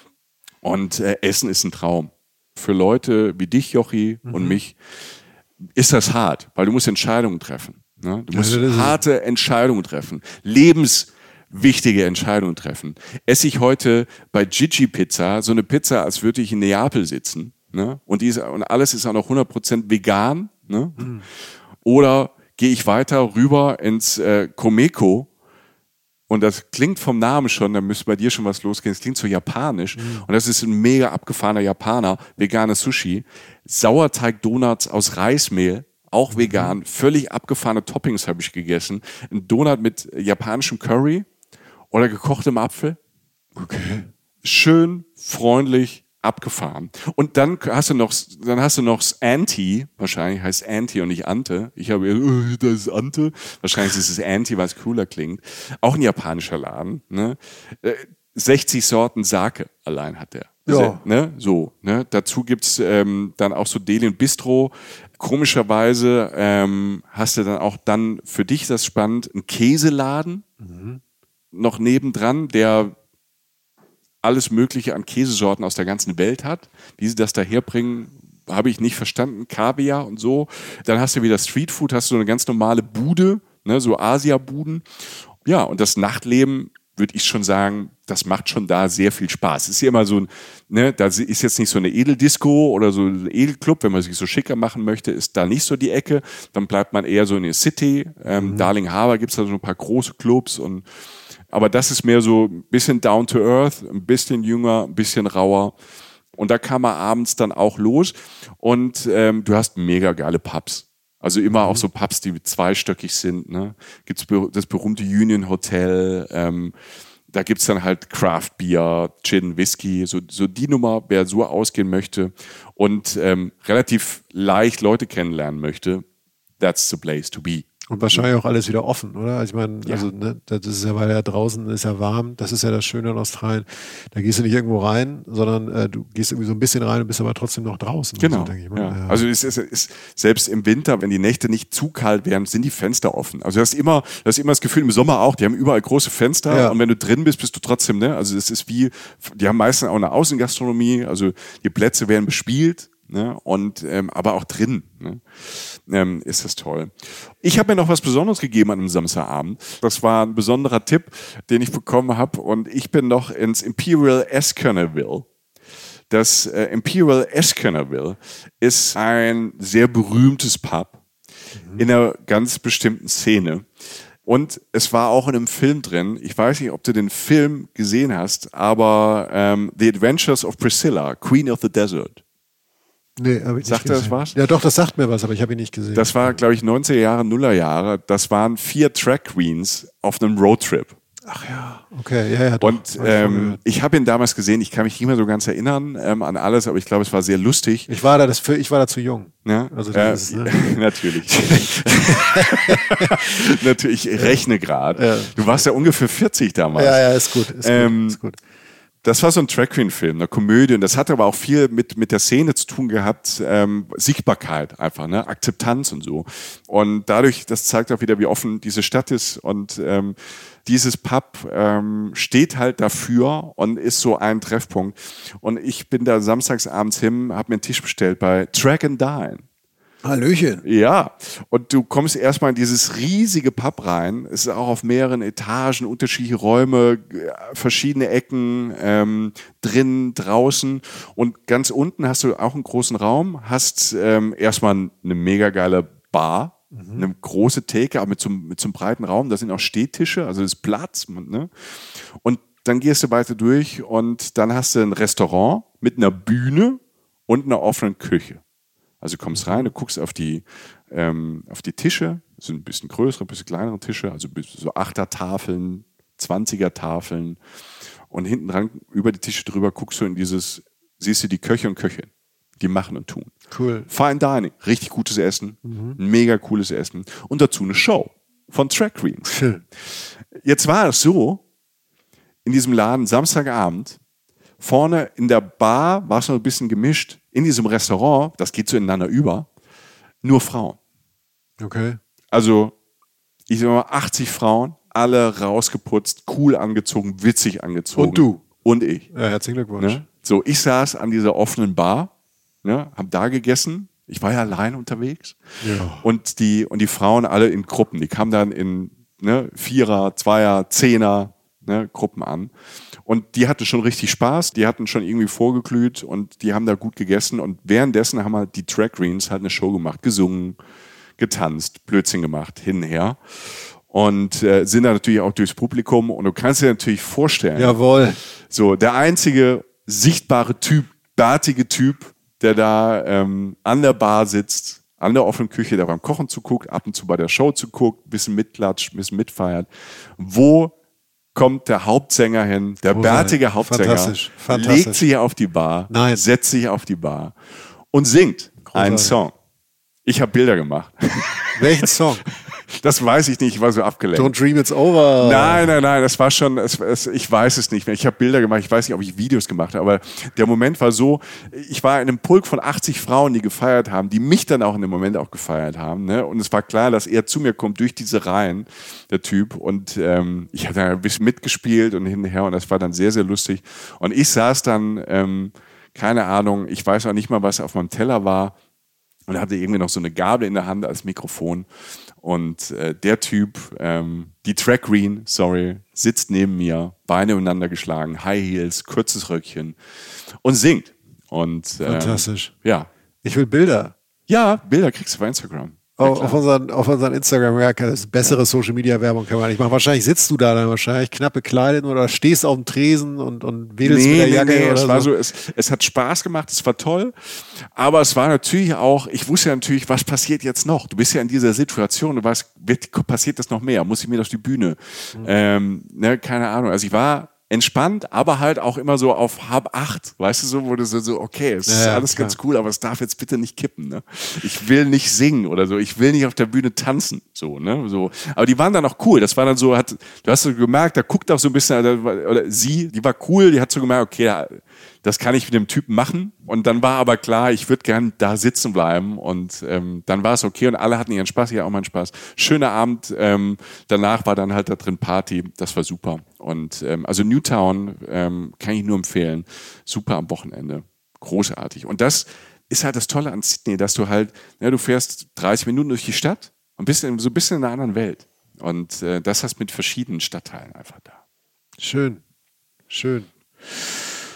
Und äh, Essen ist ein Traum. Für Leute wie dich, Jochi, mhm. und mich ist das hart, weil du musst Entscheidungen treffen. Ne? Du musst ja, harte Entscheidungen treffen. Lebenswichtige Entscheidungen treffen. Esse ich heute bei Gigi Pizza so eine Pizza, als würde ich in Neapel sitzen, ne? und, die ist, und alles ist auch noch hundert Prozent vegan? Ne? Mhm. Oder gehe ich weiter rüber ins äh, Komeko? Und das klingt vom Namen schon, da müsste bei dir schon was losgehen. Das klingt so japanisch. Mhm. Und das ist ein mega abgefahrener Japaner. Veganes Sushi. Sauerteig-Donuts aus Reismehl. Auch vegan. Mhm. Völlig abgefahrene Toppings habe ich gegessen. Ein Donut mit japanischem Curry oder gekochtem Apfel. Okay. Schön, freundlich, abgefahren. Und dann hast du noch, dann hast du noch das Anti, wahrscheinlich heißt Anti und nicht Ante. Ich habe, äh, das ist Ante. Wahrscheinlich ist es Anti, weil es cooler klingt. Auch ein japanischer Laden. Ne? sechzig Sorten Sake allein hat der. Ja. Ne? So. Ne? Dazu gibt's ähm, dann auch so Deli und Bistro. Komischerweise ähm, hast du dann auch dann, für dich ist das spannend, einen Käseladen mhm. noch nebendran, der alles Mögliche an Käsesorten aus der ganzen Welt hat. Wie sie das daherbringen, habe ich nicht verstanden. Kaviar und so. Dann hast du wieder Streetfood, hast du eine ganz normale Bude, ne, so Asia-Buden. Ja, und das Nachtleben, würde ich schon sagen, das macht schon da sehr viel Spaß. Es ist ja immer so, ne, da ist jetzt nicht so eine Edeldisco oder so ein Edelclub, wenn man sich so schicker machen möchte, ist da nicht so die Ecke. Dann bleibt man eher so in der City. Ähm, mhm. Darling Harbour gibt es da so ein paar große Clubs und aber das ist mehr so ein bisschen down to earth, ein bisschen jünger, ein bisschen rauer. Und da kam man abends dann auch los. Und ähm, du hast mega geile Pubs. Also immer mhm. auch so Pubs, die zweistöckig sind. Ne? Gibt's das berühmte Union Hotel. Ähm, da gibt's dann halt Craft Beer, Gin, Whisky. So, so die Nummer, wer so ausgehen möchte und ähm, relativ leicht Leute kennenlernen möchte, that's the place to be. Und wahrscheinlich auch alles wieder offen, oder? Also ich meine, ja. also ne, das ist ja, weil ja draußen ist ja warm, das ist ja das Schöne in Australien. Da gehst du nicht irgendwo rein, sondern äh, du gehst irgendwie so ein bisschen rein und bist aber trotzdem noch draußen. Genau. So, denke ich mal. Ja. Ja. Also es ist, es ist, selbst im Winter, wenn die Nächte nicht zu kalt werden, sind die Fenster offen. Also du hast immer, du hast immer das Gefühl, im Sommer auch, die haben überall große Fenster ja. und wenn du drin bist, bist du trotzdem, ne? Also es ist wie, die haben meistens auch eine Außengastronomie, also die Plätze werden bespielt. Ne? Und ähm, aber auch drin, ne? ähm, ist das toll. Ich habe mir noch was Besonderes gegeben an einem Samstagabend. Das war ein besonderer Tipp, den ich bekommen habe. Und ich bin noch ins Imperial Eskernerville. Das äh, Imperial Eskernerville ist ein sehr berühmtes Pub mhm. in einer ganz bestimmten Szene. Und es war auch in einem Film drin. Ich weiß nicht, ob du den Film gesehen hast, aber ähm, The Adventures of Priscilla, Queen of the Desert. Nee, habe ich nicht Sagt gesehen. das was? Ja, doch, das sagt mir was, aber ich habe ihn nicht gesehen. Das war, glaube ich, neunziger Jahre, Nuller Jahre. Das waren vier Track Queens auf einem Roadtrip. Ach ja, okay, ja, ja. Doch. Und ähm, ich habe ihn damals gesehen, ich kann mich nicht mehr so ganz erinnern ähm, an alles, aber ich glaube, es war sehr lustig. Ich war da, das für, ich war da zu jung. Ja? Also äh, das ist, ne? Natürlich. Natürlich, ich rechne gerade. Ja. Du warst ja ungefähr vierzig damals. Ja, ja, ist gut, ist Ähm, gut, ist gut. Das war so ein Drag Queen Film, eine Komödie. Und das hat aber auch viel mit, mit der Szene zu tun gehabt. Ähm, Sichtbarkeit einfach, ne? Akzeptanz und so. Und dadurch, das zeigt auch wieder, wie offen diese Stadt ist. Und ähm, dieses Pub ähm, steht halt dafür und ist so ein Treffpunkt. Und ich bin da samstags abends hin, habe mir einen Tisch bestellt bei Drag and Dine. Hallöchen. Ja, und du kommst erstmal in dieses riesige Pub rein. Es ist auch auf mehreren Etagen, unterschiedliche Räume, verschiedene Ecken, ähm, drin, draußen. Und ganz unten hast du auch einen großen Raum, hast ähm, erstmal eine mega geile Bar, mhm. eine große Theke, aber mit so, mit so einem breiten Raum. Da sind auch Stehtische, also das ist Platz. Ne? Und dann gehst du weiter durch und dann hast du ein Restaurant mit einer Bühne und einer offenen Küche. Also du kommst rein, du guckst auf die, ähm, auf die Tische, das sind ein bisschen größere, ein bisschen kleinere Tische, also so Achtertafeln, Zwanziger-Tafeln. Und hinten dran, über die Tische drüber, guckst du in dieses, siehst du die Köche und Köchinnen, die machen und tun. Cool. Fine Dining, richtig gutes Essen, mhm. mega cooles Essen. Und dazu eine Show von Drag Queens. Schön. Jetzt war es so, in diesem Laden, Samstagabend, vorne in der Bar war es noch ein bisschen gemischt. In diesem Restaurant, das geht so ineinander über, nur Frauen. Okay. Also, ich sag mal, achtzig Frauen, alle rausgeputzt, cool angezogen, witzig angezogen. Und du. Und ich. Ja, herzlichen Glückwunsch. Ne? So, ich saß an dieser offenen Bar, ne, hab da gegessen. Ich war ja allein unterwegs. Ja. Und die, und die Frauen alle in Gruppen. Die kamen dann in ne, Vierer, Zweier, Zehner ne, Gruppen an. Und die hatten schon richtig Spaß, die hatten schon irgendwie vorgeglüht und die haben da gut gegessen. Und währenddessen haben halt die Drag Queens halt eine Show gemacht, gesungen, getanzt, Blödsinn gemacht, hin und her. Und äh, sind da natürlich auch durchs Publikum. Und du kannst dir natürlich vorstellen, Jawohl. so der einzige sichtbare Typ, bärtige Typ, der da ähm, an der Bar sitzt, an der offenen Küche, der beim Kochen zuguckt, ab und zu bei der Show zuguckt, ein bisschen mitklatscht, ein bisschen mitfeiert. Wo kommt der Hauptsänger hin, der bärtige Hauptsänger, Fantastisch. Fantastisch. legt sich auf die Bar, Nein. setzt sich auf die Bar und singt Großartig. einen Song. Ich habe Bilder gemacht. Welchen Song? Das weiß ich nicht, ich war so abgelenkt. Don't Dream It's Over. Nein, nein, nein, das war schon, es, es, ich weiß es nicht mehr. Ich habe Bilder gemacht, ich weiß nicht, ob ich Videos gemacht habe, aber der Moment war so, ich war in einem Pulk von achtzig Frauen, die gefeiert haben, die mich dann auch in dem Moment auch gefeiert haben. Ne? Und es war klar, dass er zu mir kommt durch diese Reihen, der Typ. Und ähm, ich habe da ein bisschen mitgespielt und hin und her und das war dann sehr, sehr lustig. Und ich saß dann, ähm, keine Ahnung, ich weiß auch nicht mal, was auf meinem Teller war. Und hatte irgendwie noch so eine Gabel in der Hand als Mikrofon. Und äh, der Typ, ähm, die Drag Queen, sorry, sitzt neben mir, Beine übereinander geschlagen, High Heels, kurzes Röckchen und singt. Und, ähm, Fantastisch. Ja. Ich will Bilder. Ja, Bilder kriegst du bei Instagram. Ja, auf, auf, unseren, auf unseren Instagram, ja, das bessere ja. Social-Media-Werbung kann man nicht machen. Wahrscheinlich sitzt du da dann wahrscheinlich knapp bekleidet oder stehst auf dem Tresen und, und wedelst nee, mit der nee, Jacke. Nee, oder es, so. war so, es, es hat Spaß gemacht, es war toll, aber es war natürlich auch, ich wusste ja natürlich, was passiert jetzt noch? Du bist ja in dieser Situation, du weißt, wird, passiert das noch mehr? Muss ich mir auf die Bühne? Mhm. Ähm, ne, keine Ahnung. Also ich war entspannt, aber halt auch immer so auf halb acht, weißt du, so, wo du so, so okay, es ist ja, alles klar. ganz cool, aber es darf jetzt bitte nicht kippen, ne? Ich will nicht singen oder so, ich will nicht auf der Bühne tanzen, so, ne, so. Aber die waren dann auch cool, das war dann so, hat, du hast so gemerkt, da guckt auch so ein bisschen, oder sie, die war cool, die hat so gemerkt, okay, das kann ich mit dem Typen machen. Und dann war aber klar, ich würde gern da sitzen bleiben. Und ähm, dann war es okay und alle hatten ihren Spaß, ich hatte auch meinen Spaß. Schöner Abend. Ähm, danach war dann halt da drin Party. Das war super. Und ähm, also Newtown ähm, kann ich nur empfehlen. Super am Wochenende. Großartig. Und das ist halt das Tolle an Sydney, dass du halt, ja, du fährst dreißig Minuten durch die Stadt und bist in, so ein bisschen in einer anderen Welt. Und äh, das hast mit verschiedenen Stadtteilen einfach da. Schön. Schön.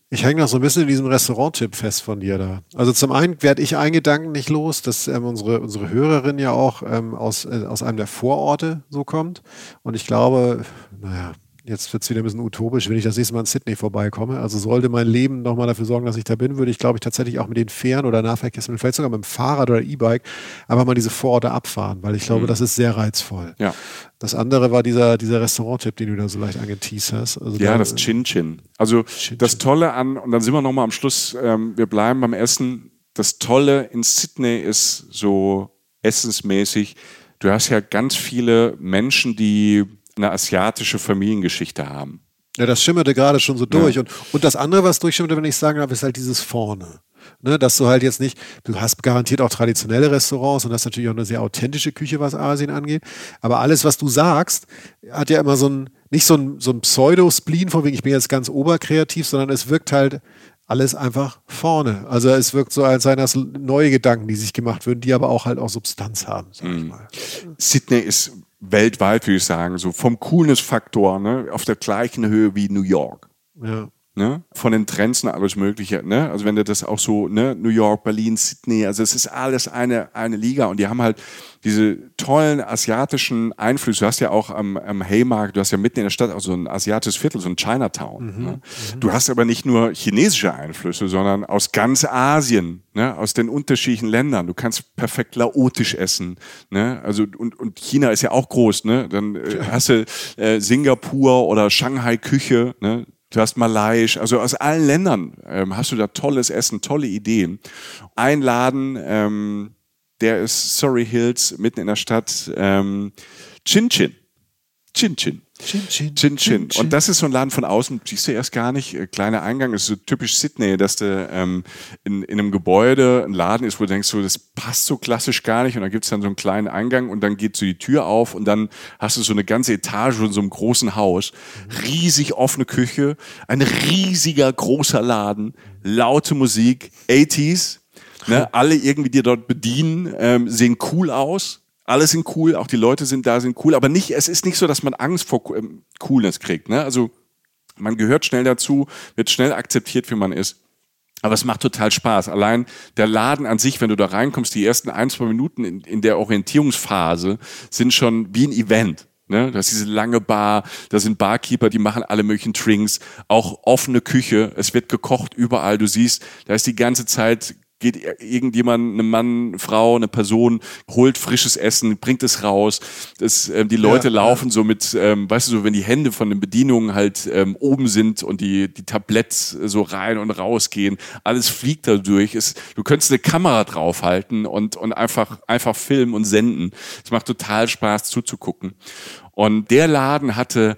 Ich hänge noch so ein bisschen in diesem Restaurant-Tipp fest von dir da. Also zum einen werde ich einen Gedanken nicht los, dass ähm, unsere, unsere Hörerin ja auch ähm, aus, äh, aus einem der Vororte so kommt. Und ich glaube, naja, jetzt wird es wieder ein bisschen utopisch, wenn ich das nächste Mal in Sydney vorbeikomme. Also sollte mein Leben nochmal dafür sorgen, dass ich da bin, würde ich, glaube ich, tatsächlich auch mit den Fähren oder Nahverkehrsmitteln, vielleicht sogar mit dem Fahrrad oder E-Bike, einfach mal diese Vororte abfahren, weil ich glaube, mhm. das ist sehr reizvoll. Ja. Das andere war dieser, dieser Restaurant-Tipp, den du da so leicht angeteased hast. Also ja, da, das Chin Chin. Also Chin das Chin. Tolle an, und dann sind wir nochmal am Schluss, ähm, wir bleiben beim Essen. Das Tolle in Sydney ist so essensmäßig, du hast ja ganz viele Menschen, die eine asiatische Familiengeschichte haben. Ja, das schimmerte gerade schon so durch. Ja. Und, und das andere, was durchschimmerte, wenn ich sagen darf, ist halt dieses Vorne. Ne, dass du halt jetzt nicht, du hast garantiert auch traditionelle Restaurants und das ist natürlich auch eine sehr authentische Küche, was Asien angeht. Aber alles, was du sagst, hat ja immer so ein, nicht so ein, so ein Pseudo-Spleen, von wegen ich bin jetzt ganz oberkreativ, sondern es wirkt halt alles einfach vorne. Also es wirkt so, als seien das neue Gedanken, die sich gemacht würden, die aber auch halt auch Substanz haben, sag ich mal. Sydney ist weltweit, würde ich sagen, so vom Coolness-Faktor, ne, auf der gleichen Höhe wie New York. Ja. Ne? Von den Trends und alles Mögliche. Ne? Also wenn du das auch so, ne? New York, Berlin, Sydney, also es ist alles eine, eine Liga und die haben halt diese tollen asiatischen Einflüsse. Du hast ja auch am, am Haymarket, du hast ja mitten in der Stadt auch so ein asiatisches Viertel, so ein Chinatown. Mhm, ne? mhm. Du hast aber nicht nur chinesische Einflüsse, sondern aus ganz Asien, ne? Aus den unterschiedlichen Ländern. Du kannst perfekt laotisch essen. Ne? Also und, und China ist ja auch groß. Ne? Dann äh, hast du äh, Singapur oder Shanghai-Küche, ne? Du hast Malaiisch, also aus allen Ländern ähm, hast du da tolles Essen, tolle Ideen. Ein Laden, ähm, der ist Surrey Hills, mitten in der Stadt, ähm, Chin Chin. Chin Chin. Chin Chin. Chin Chin. Und das ist so ein Laden von außen, siehst du erst gar nicht. Äh, kleiner Eingang, das ist so typisch Sydney, dass du ähm, in, in einem Gebäude ein Laden ist, wo du denkst, so, das passt so klassisch gar nicht. Und dann gibt's dann so einen kleinen Eingang und dann geht so die Tür auf und dann hast du so eine ganze Etage in so einem großen Haus. Riesig offene Küche, ein riesiger großer Laden, laute Musik, achtziger, ne, alle irgendwie, die dort bedienen, ähm, sehen cool aus. Alle sind cool, auch die Leute sind da, sind cool, aber nicht, es ist nicht so, dass man Angst vor ähm, Coolness kriegt. Ne? Also man gehört schnell dazu, wird schnell akzeptiert, wie man ist. Aber es macht total Spaß. Allein der Laden an sich, wenn du da reinkommst, die ersten ein, zwei Minuten in, in der Orientierungsphase sind schon wie ein Event. Ne? Da ist diese lange Bar, da sind Barkeeper, die machen alle möglichen Drinks, auch offene Küche, es wird gekocht überall. Du siehst, da ist die ganze Zeit geht irgendjemand, ein Mann, eine Frau, eine Person, holt frisches Essen, bringt es raus. Das, ähm, die Leute ja, laufen ja. so mit, ähm, weißt du, so wenn die Hände von den Bedienungen halt ähm, oben sind und die die Tabletts so rein und raus gehen, alles fliegt da durch. Es, du könntest eine Kamera draufhalten und und einfach einfach filmen und senden. Es macht total Spaß zuzugucken. Und der Laden hatte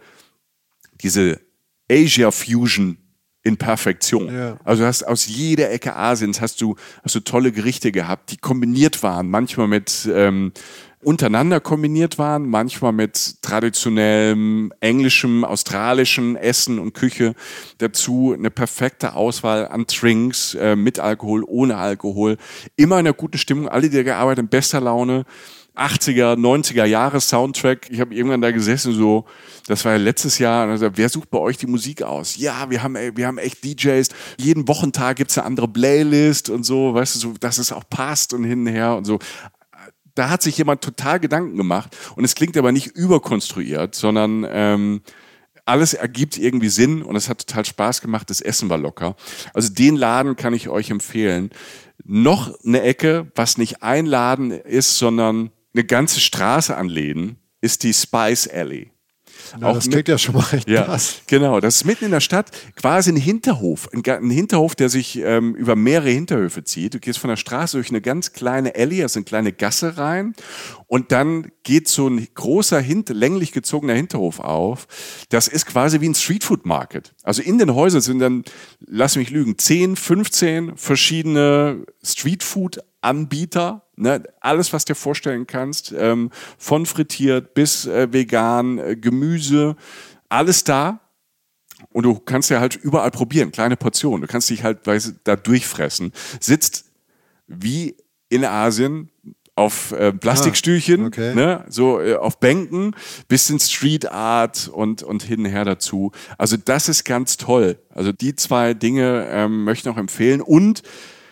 diese Asia Fusion in Perfektion. Ja. Also du hast aus jeder Ecke Asiens hast du hast du tolle Gerichte gehabt, die kombiniert waren, manchmal mit ähm, untereinander kombiniert waren, manchmal mit traditionellem englischem, australischem Essen und Küche. Dazu eine perfekte Auswahl an Drinks, äh, mit Alkohol, ohne Alkohol. Immer in einer guten Stimmung, alle, die da gearbeitet haben, in bester Laune. achtziger, neunziger Jahre Soundtrack. Ich habe irgendwann da gesessen, so, das war ja letztes Jahr, und also, wer sucht bei euch die Musik aus? Ja, wir haben, wir haben echt D Js. Jeden Wochentag gibt's eine andere Playlist und so, weißt du, so, dass es auch passt und hin und her und so. Da hat sich jemand total Gedanken gemacht und es klingt aber nicht überkonstruiert, sondern ähm, alles ergibt irgendwie Sinn und es hat total Spaß gemacht. Das Essen war locker. Also den Laden kann ich euch empfehlen. Noch eine Ecke, was nicht ein Laden ist, sondern eine ganze Straße an Läden, ist die Spice Alley. Na, auch das klingt mit, ja schon mal recht ja, krass. Genau, das ist mitten in der Stadt, quasi ein Hinterhof. Ein, ein Hinterhof, der sich ähm, über mehrere Hinterhöfe zieht. Du gehst von der Straße durch eine ganz kleine Alley, also eine kleine Gasse rein. Und dann geht so ein großer, hint- länglich gezogener Hinterhof auf. Das ist quasi wie ein Streetfood-Market. Also in den Häusern sind dann, lass mich lügen, zehn, fünfzehn verschiedene Streetfood-Anbieter. Ne, alles, was du dir vorstellen kannst, ähm, von frittiert bis äh, vegan, äh, Gemüse, alles da. Und du kannst ja halt überall probieren, kleine Portionen. Du kannst dich halt weißt, da durchfressen. Sitzt wie in Asien auf äh, Plastikstühlchen, ah, okay. ne? So äh, auf Bänken, bisschen Street Art und, und hin und her dazu. Also das ist ganz toll. Also die zwei Dinge ähm, möchte ich noch empfehlen. Und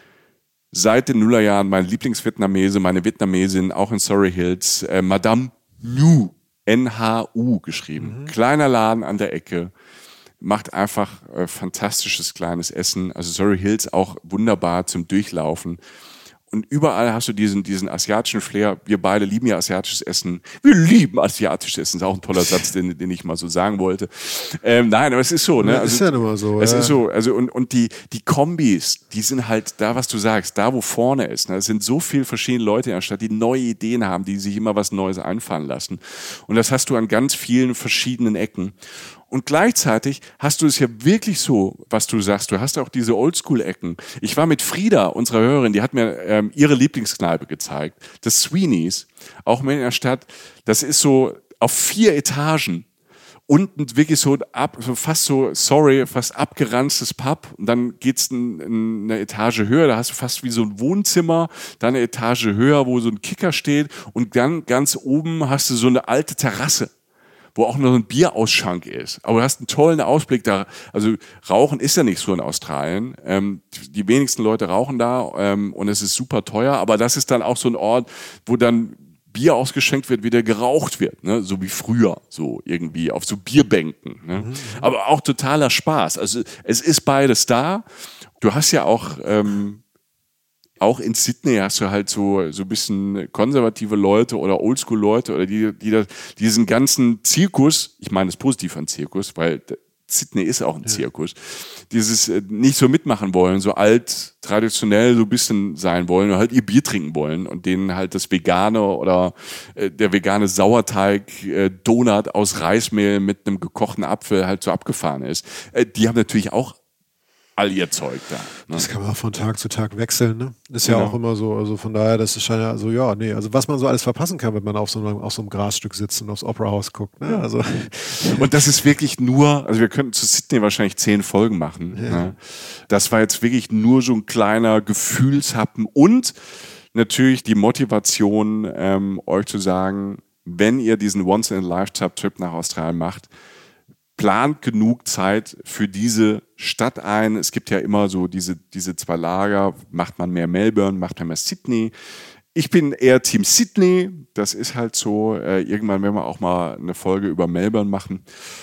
seit den Nullerjahren mein Lieblingsvietnamese, meine Vietnamesin, auch in Surrey Hills, äh, Madame Nhu, N H U geschrieben. Mhm. Kleiner Laden an der Ecke. Macht einfach äh, fantastisches kleines Essen. Also Surrey Hills auch wunderbar zum Durchlaufen. Und überall hast du diesen, diesen asiatischen Flair. Wir beide lieben ja asiatisches Essen. Wir lieben asiatisches Essen. Das ist auch ein toller Satz, den, den ich mal so sagen wollte. Ähm, nein, aber es ist so. Ne? Ja, also, ist ja nun mal so. Es ja. ist so. Also, und, und die, die Kombis, die sind halt da, was du sagst, da, wo vorne ist. Ne? Es sind so viele verschiedene Leute in der Stadt, die neue Ideen haben, die sich immer was Neues einfallen lassen. Und das hast du an ganz vielen verschiedenen Ecken. Und gleichzeitig hast du es ja wirklich so, was du sagst. Du hast auch diese Oldschool-Ecken. Ich war mit Frieda, unserer Hörerin, die hat mir ähm, ihre Lieblingskneipe gezeigt. Das Sweeney's, auch mitten in der Stadt. Das ist so auf vier Etagen. Unten wirklich so ab, so fast so, sorry, fast abgeranztes Pub. Und dann geht's in, in eine Etage höher. Da hast du fast wie so ein Wohnzimmer. Dann eine Etage höher, wo so ein Kicker steht. Und dann ganz oben hast du so eine alte Terrasse, wo auch noch ein Bierausschank ist. Aber du hast einen tollen Ausblick da. Also Rauchen ist ja nicht so in Australien. Ähm, die wenigsten Leute rauchen da ähm, und es ist super teuer. Aber das ist dann auch so ein Ort, wo dann Bier ausgeschenkt wird, wieder geraucht wird. Ne? So wie früher, so irgendwie auf so Bierbänken. Ne? Mhm. Aber auch totaler Spaß. Also es ist beides da. Du hast ja auch... Ähm, Auch in Sydney hast du halt so, so ein bisschen konservative Leute oder Oldschool-Leute oder die, die da, diesen ganzen Zirkus, ich meine es positiv an Zirkus, weil Sydney ist auch ein ja. Zirkus, dieses äh, nicht so mitmachen wollen, so alt, traditionell so ein bisschen sein wollen und halt ihr Bier trinken wollen und denen halt das vegane oder äh, der vegane Sauerteig, äh, Donut aus Reismehl mit einem gekochten Apfel halt so abgefahren ist. Äh, die haben natürlich auch all ihr Zeug da. Ne? Das kann man auch von Tag zu Tag wechseln, ne? Ist ja Genau. auch immer so, also von daher, das ist schon ja, also ja, nee, also was man so alles verpassen kann, wenn man auf so einem, auf so einem Grasstück sitzt und aufs Opera House guckt, ne? Also. Und das ist wirklich nur, also wir könnten zu Sydney wahrscheinlich zehn Folgen machen. Ja. Ne? Das war jetzt wirklich nur so ein kleiner Gefühlshappen und natürlich die Motivation, ähm, euch zu sagen, wenn ihr diesen Once-in-a-Lifetime-Trip nach Australien macht, plant genug Zeit für diese Stadt ein. Es gibt ja immer so diese, diese zwei Lager. Macht man mehr Melbourne, macht man mehr Sydney. Ich bin eher Team Sydney. Das ist halt so. Äh, irgendwann werden wir auch mal eine Folge über Melbourne machen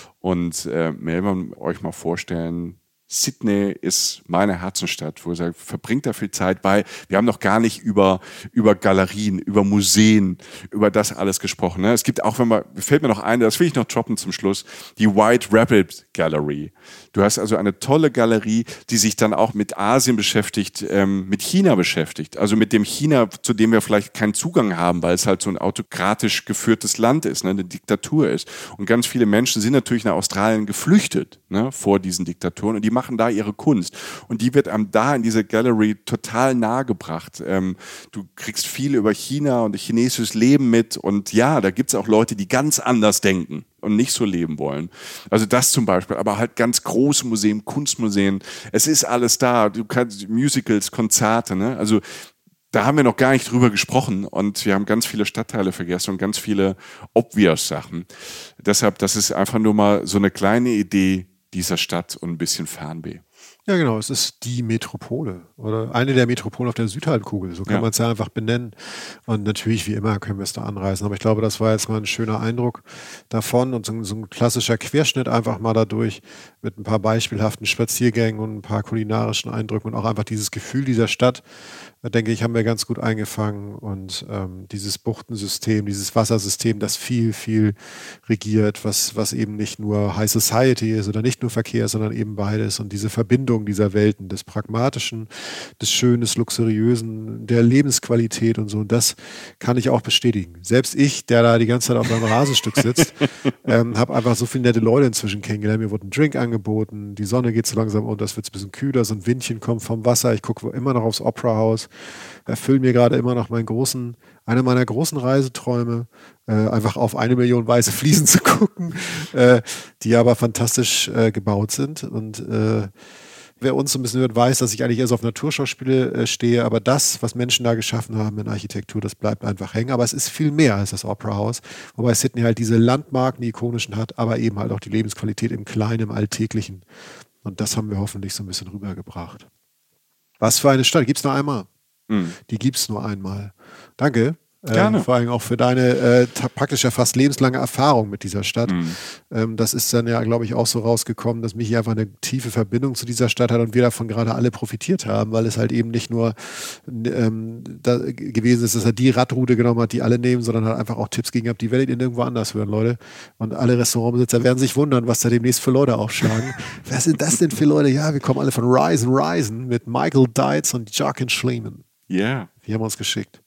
und äh, Melbourne euch mal vorstellen. Sydney ist meine Herzensstadt, wo ich sage, verbringt da viel Zeit, weil wir haben noch gar nicht über, über Galerien, über Museen, über das alles gesprochen. Ne? Es gibt auch, wenn man, fällt mir noch ein, das will ich noch droppen zum Schluss, die White Rabbit Gallery. Du hast also eine tolle Galerie, die sich dann auch mit Asien beschäftigt, ähm, mit China beschäftigt. Also mit dem China, zu dem wir vielleicht keinen Zugang haben, weil es halt so ein autokratisch geführtes Land ist, ne? Eine Diktatur ist. Und ganz viele Menschen sind natürlich nach Australien geflüchtet, ne? Vor diesen Diktaturen und die machen da ihre Kunst. Und die wird einem da in dieser Gallery total nahegebracht. Ähm, du kriegst viel über China und chinesisches Leben mit. Und ja, da gibt's auch Leute, die ganz anders denken und nicht so leben wollen. Also das zum Beispiel, aber halt ganz große Museen, Kunstmuseen. Es ist alles da. Du kannst Musicals, Konzerte, ne? Also da haben wir noch gar nicht drüber gesprochen und wir haben ganz viele Stadtteile vergessen und ganz viele obvious Sachen. Deshalb, das ist einfach nur mal so eine kleine Idee dieser Stadt und ein bisschen Fernweh. Ja, genau, es ist die Metropole oder eine der Metropolen auf der Südhalbkugel, so kann Ja. man es ja einfach benennen. Und natürlich, wie immer, können wir es da anreißen. Aber ich glaube, das war jetzt mal ein schöner Eindruck davon und so, so ein klassischer Querschnitt einfach mal dadurch mit ein paar beispielhaften Spaziergängen und ein paar kulinarischen Eindrücken und auch einfach dieses Gefühl dieser Stadt, da denke ich, haben wir ganz gut eingefangen. Und ähm, dieses Buchtensystem, dieses Wassersystem, das viel, viel regiert, was, was eben nicht nur High Society ist oder nicht nur Verkehr, sondern eben beides. Und diese Verbindung dieser Welten, des Pragmatischen, des Schönen, des Luxuriösen, der Lebensqualität und so. Und das kann ich auch bestätigen. Selbst ich, der da die ganze Zeit auf einem Rasenstück sitzt, ähm, habe einfach so viele nette Leute inzwischen kennengelernt. Mir wurde ein Drink angeboten, die Sonne geht so langsam unter, es wird ein bisschen kühler, so ein Windchen kommt vom Wasser. Ich gucke immer noch aufs Opera House, erfülle mir gerade immer noch meinen großen, einer meiner großen Reiseträume, äh, einfach auf eine Million weiße Fliesen zu gucken, äh, die aber fantastisch äh, gebaut sind und äh, Wer uns so ein bisschen hört, weiß, dass ich eigentlich eher so auf Naturschauspiele äh, stehe, aber das, was Menschen da geschaffen haben in Architektur, das bleibt einfach hängen. Aber es ist viel mehr als das Opera House, wobei Sydney halt diese Landmarken, die ikonischen hat, aber eben halt auch die Lebensqualität im Kleinen, im Alltäglichen. Und das haben wir hoffentlich so ein bisschen rübergebracht. Was für eine Stadt, gibt's nur einmal. Mhm. Die gibt's nur einmal. Danke. Gerne. Ähm, vor allem auch für deine äh, ta- praktisch ja fast lebenslange Erfahrung mit dieser Stadt. Mhm. Ähm, das ist dann ja, glaube ich, auch so rausgekommen, dass Michi einfach eine tiefe Verbindung zu dieser Stadt hat und wir davon gerade alle profitiert haben, weil es halt eben nicht nur ähm, da gewesen ist, dass er die Radroute genommen hat, die alle nehmen, sondern hat einfach auch Tipps gegeben hat, die werdet ihr nirgendwo anders hören, Leute. Und alle Restaurantbesitzer werden sich wundern, was da demnächst für Leute aufschlagen. Wer sind das denn für Leute? Ja, wir kommen alle von Rise and Risen mit Michael Dietz und Jochen Schliemann. Ja. Yeah. Die haben uns geschickt.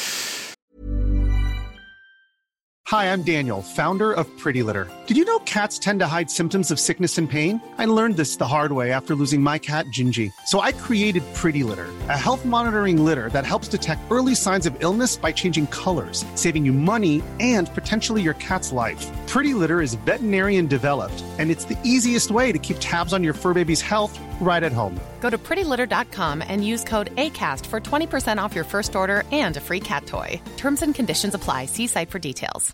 Hi, I'm Daniel, founder of Pretty Litter. Did you know cats tend to hide symptoms of sickness and pain? I learned this the hard way after losing my cat, Gingy. So I created Pretty Litter, a health monitoring litter that helps detect early signs of illness by changing colors, saving you money and potentially your cat's life. Pretty Litter is veterinarian developed, and it's the easiest way to keep tabs on your fur baby's health right at home. Go to pretty litter dot com and use code ACAST for twenty percent off your first order and a free cat toy. Terms and conditions apply. See site for details.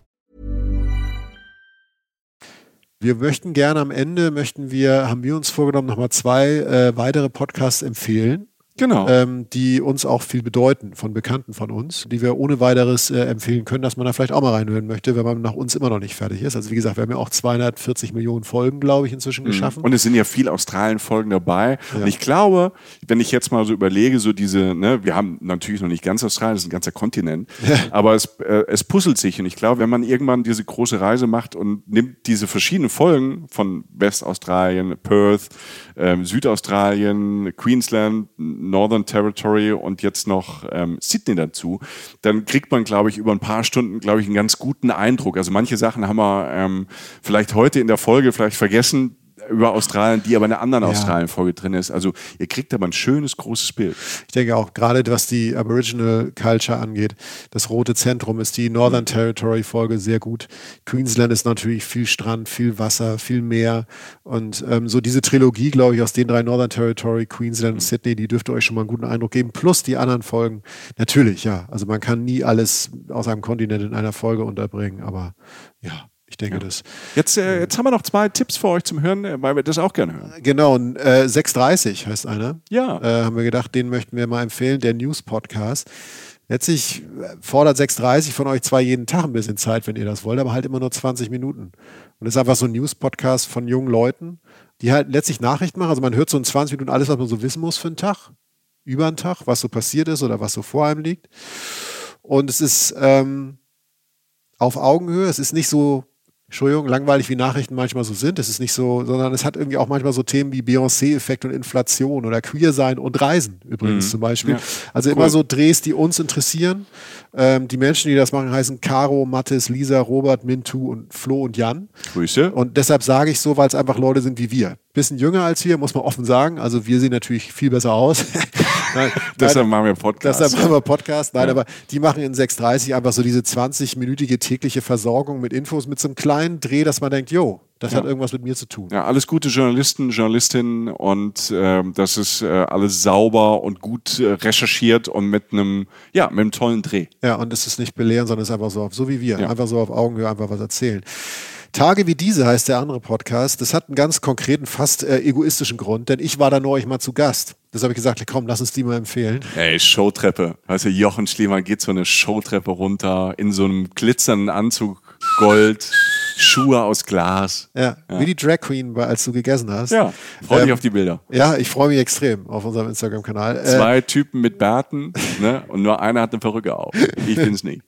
Wir möchten gerne am Ende, möchten wir, haben wir uns vorgenommen, nochmal zwei äh, weitere Podcasts empfehlen. Genau. Ähm, die uns auch viel bedeuten, von Bekannten von uns, die wir ohne weiteres äh, empfehlen können, dass man da vielleicht auch mal reinhören möchte, wenn man nach uns immer noch nicht fertig ist. Also wie gesagt, wir haben ja auch zweihundertvierzig Millionen Folgen, glaube ich, inzwischen mhm. geschaffen. Und es sind ja viele Australien-Folgen dabei. Ja. Und ich glaube, wenn ich jetzt mal so überlege, so diese, ne, wir haben natürlich noch nicht ganz Australien, das ist ein ganzer Kontinent, ja. aber es, äh, es puzzelt sich. Und ich glaube, wenn man irgendwann diese große Reise macht und nimmt diese verschiedenen Folgen von Westaustralien, Perth, äh, Südaustralien, Queensland, Northern Territory und jetzt noch ähm, Sydney dazu, dann kriegt man, glaube ich, über ein paar Stunden, glaube ich, einen ganz guten Eindruck. Also manche Sachen haben wir ähm, vielleicht heute in der Folge vielleicht vergessen über Australien, die aber in einer anderen ja. Australien-Folge drin ist. Also ihr kriegt aber ein schönes, großes Bild. Ich denke auch, gerade was die Aboriginal Culture angeht, das rote Zentrum ist die Northern mhm. Territory-Folge sehr gut. Queensland ist natürlich viel Strand, viel Wasser, viel Meer und ähm, so diese Trilogie, glaube ich, aus den drei Northern Territory, Queensland mhm. und Sydney, die dürfte euch schon mal einen guten Eindruck geben. Plus die anderen Folgen. Natürlich, ja. Also man kann nie alles aus einem Kontinent in einer Folge unterbringen, aber ja. Ich denke ja. das. Jetzt, äh, jetzt haben wir noch zwei Tipps für euch zum Hören, weil wir das auch gerne hören. Genau, äh, sechs dreißig heißt einer. Ja. Äh, haben wir gedacht, den möchten wir mal empfehlen, der News-Podcast. Letztlich fordert sechs dreißig von euch zwar jeden Tag ein bisschen Zeit, wenn ihr das wollt, aber halt immer nur zwanzig Minuten. Und das ist einfach so ein News-Podcast von jungen Leuten, die halt letztlich Nachrichten machen. Also man hört so in zwanzig Minuten alles, was man so wissen muss für einen Tag, über einen Tag, was so passiert ist oder was so vor einem liegt. Und es ist ähm, auf Augenhöhe, es ist nicht so Entschuldigung, langweilig wie Nachrichten manchmal so sind. Es ist nicht so, sondern es hat irgendwie auch manchmal so Themen wie Beyoncé-Effekt und Inflation oder Queer-Sein und Reisen übrigens mhm. zum Beispiel. Ja. Also cool. Immer so Drehs, die uns interessieren. Ähm, die Menschen, die das machen, heißen Caro, Mathis, Lisa, Robert, Mintu und Flo und Jan. Grüße. Und deshalb sage ich so, weil es einfach Leute sind wie wir. Bisschen jünger als wir, muss man offen sagen. Also wir sehen natürlich viel besser aus. Nein, deshalb nein, machen wir Podcast. Deshalb machen wir Podcast. Nein, ja. aber die machen in sechs dreißig einfach so diese zwanzig-minütige tägliche Versorgung mit Infos, mit so einem kleinen Dreh, dass man denkt, jo, das ja. hat irgendwas mit mir zu tun. Ja, alles gute Journalisten, Journalistinnen und ähm, das ist äh, alles sauber und gut äh, recherchiert und mit einem, ja, mit einem tollen Dreh. Ja, und es ist nicht belehren, sondern es ist einfach so, so wie wir, ja. einfach so auf Augenhöhe einfach was erzählen. Tage wie diese heißt der andere Podcast. Das hat einen ganz konkreten, fast äh, egoistischen Grund, denn ich war da neulich mal zu Gast. Das habe ich gesagt, komm, lass uns die mal empfehlen. Ey, Showtreppe. Weißt du, Jochen Schliemann geht so eine Showtreppe runter in so einem glitzernden Anzug, Gold, Schuhe aus Glas. Ja, ja. Wie die Drag Queen, als du gegessen hast. Ja, freu dich ähm, auf die Bilder. Ja, ich freue mich extrem auf unserem Instagram-Kanal. Zwei äh, Typen mit Bärten, ne? Und nur einer hat eine Perücke auf. Ich bin's nicht.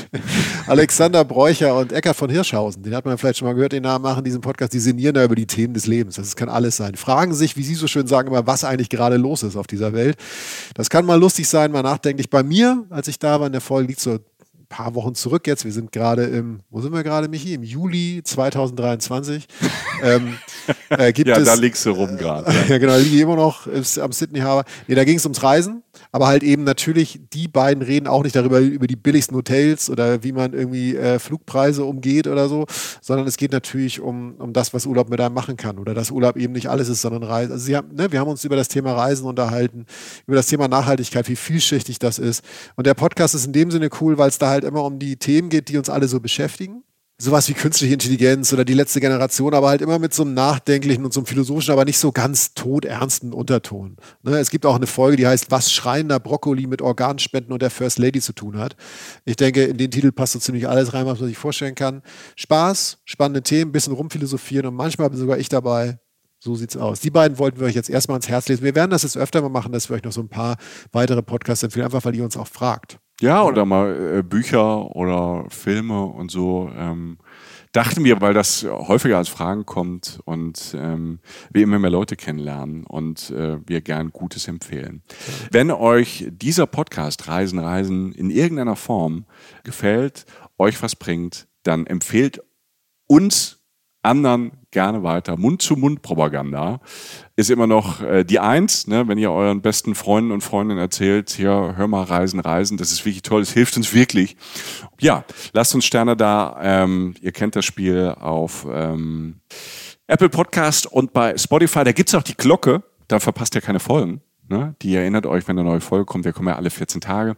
Alexander Bräucher und Eckart von Hirschhausen, den hat man vielleicht schon mal gehört, den Namen machen diesen Podcast, die sinnieren da über die Themen des Lebens. Das kann alles sein. Fragen sich, wie Sie so schön sagen, immer, was eigentlich gerade los ist auf dieser Welt. Das kann mal lustig sein, mal nachdenklich. Bei mir, als ich da war in der Folge, liegt so ein paar Wochen zurück jetzt. Wir sind gerade im, wo sind wir gerade, Michi? Im Juli zweitausenddreiundzwanzig. ähm, äh, gibt ja, es, da liegst du rum gerade. Äh, ja, genau, da liege ich immer noch ist, am Sydney Harbour. Nee, da ging es ums Reisen. aber halt eben natürlich, die beiden reden auch nicht darüber, über die billigsten Hotels oder wie man irgendwie äh, Flugpreise umgeht oder so, sondern es geht natürlich um, um das, was Urlaub mit einem machen kann oder dass Urlaub eben nicht alles ist, sondern Reisen. Also sie haben, ne, wir haben uns über das Thema Reisen unterhalten, über das Thema Nachhaltigkeit, wie vielschichtig das ist. Und der Podcast ist in dem Sinne cool, weil es da halt immer um die Themen geht, die uns alle so beschäftigen. Sowas wie künstliche Intelligenz oder die letzte Generation, aber halt immer mit so einem nachdenklichen und so einem philosophischen, aber nicht so ganz todernsten Unterton. Ne, es gibt auch eine Folge, die heißt, was schreiender Brokkoli mit Organspenden und der First Lady zu tun hat. Ich denke, in den Titel passt so ziemlich alles rein, was man sich vorstellen kann. Spaß, spannende Themen, bisschen rumphilosophieren und manchmal bin sogar ich dabei. So sieht's aus. Die beiden wollten wir euch jetzt erstmal ans Herz lesen. Wir werden das jetzt öfter mal machen, dass wir euch noch so ein paar weitere Podcasts empfehlen, einfach weil ihr uns auch fragt. Ja, oder mal äh, Bücher oder Filme und so. Ähm, dachten wir, weil das häufiger als Fragen kommt und ähm, wir immer mehr Leute kennenlernen und äh, wir gern Gutes empfehlen. Wenn euch dieser Podcast Reisen, Reisen in irgendeiner Form gefällt, euch was bringt, dann empfehlt uns anderen gerne weiter. Mund-zu-Mund-Propaganda ist immer noch äh, die Eins, ne? Wenn ihr euren besten Freunden und Freundinnen erzählt, hier, hör mal, Reisen, Reisen, das ist wirklich toll, das hilft uns wirklich. Ja, lasst uns Sterne da. Ähm, ihr kennt das Spiel auf ähm, Apple Podcast und bei Spotify. Da gibt's auch die Glocke, da verpasst ihr keine Folgen. Ne? Die erinnert euch, wenn eine neue Folge kommt. Wir kommen ja alle vierzehn Tage.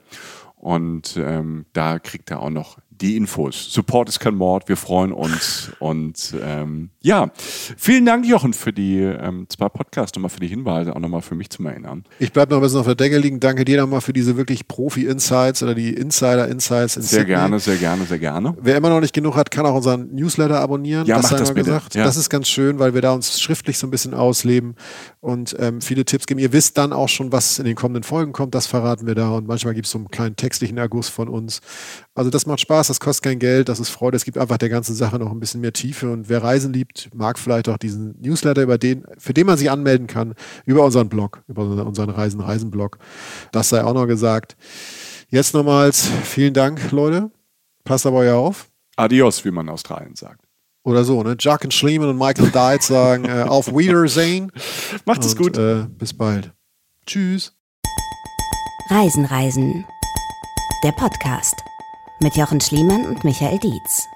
Und ähm, da kriegt ihr auch noch die Infos. Support ist kein Mord, wir freuen uns. Und ähm, ja, vielen Dank, Jochen, für die ähm, zwei Podcasts, nochmal für die Hinweise, auch nochmal für mich zum Erinnern. Ich bleibe noch ein bisschen auf der Decke liegen. Danke dir nochmal für diese wirklich Profi-Insights oder die Insider-Insights. Sehr Sydney. gerne, sehr gerne, sehr gerne. Wer immer noch nicht genug hat, kann auch unseren Newsletter abonnieren. Ja, das macht das bitte. Gesagt. Ja. Das ist ganz schön, weil wir da uns schriftlich so ein bisschen ausleben und ähm, viele Tipps geben. Ihr wisst dann auch schon, was in den kommenden Folgen kommt. Das verraten wir da und manchmal gibt es so einen kleinen textlichen Erguss von uns. Also das macht Spaß, das kostet kein Geld, das ist Freude. Es gibt einfach der ganzen Sache noch ein bisschen mehr Tiefe und wer Reisen liebt, mag vielleicht auch diesen Newsletter, über den, für den man sich anmelden kann, über unseren Blog, über unseren Reisen-Reisen-Blog. Das sei auch noch gesagt. Jetzt nochmals vielen Dank, Leute. Passt aber ja auf. Adios, wie man in Australien sagt. Oder so, ne? Jochen Schliemann und Michael Dietz sagen äh, auf Wiedersehen. Macht es gut. Äh, bis bald. Tschüss. Reisen, Reisen. Der Podcast mit Jochen Schliemann und Michael Dietz.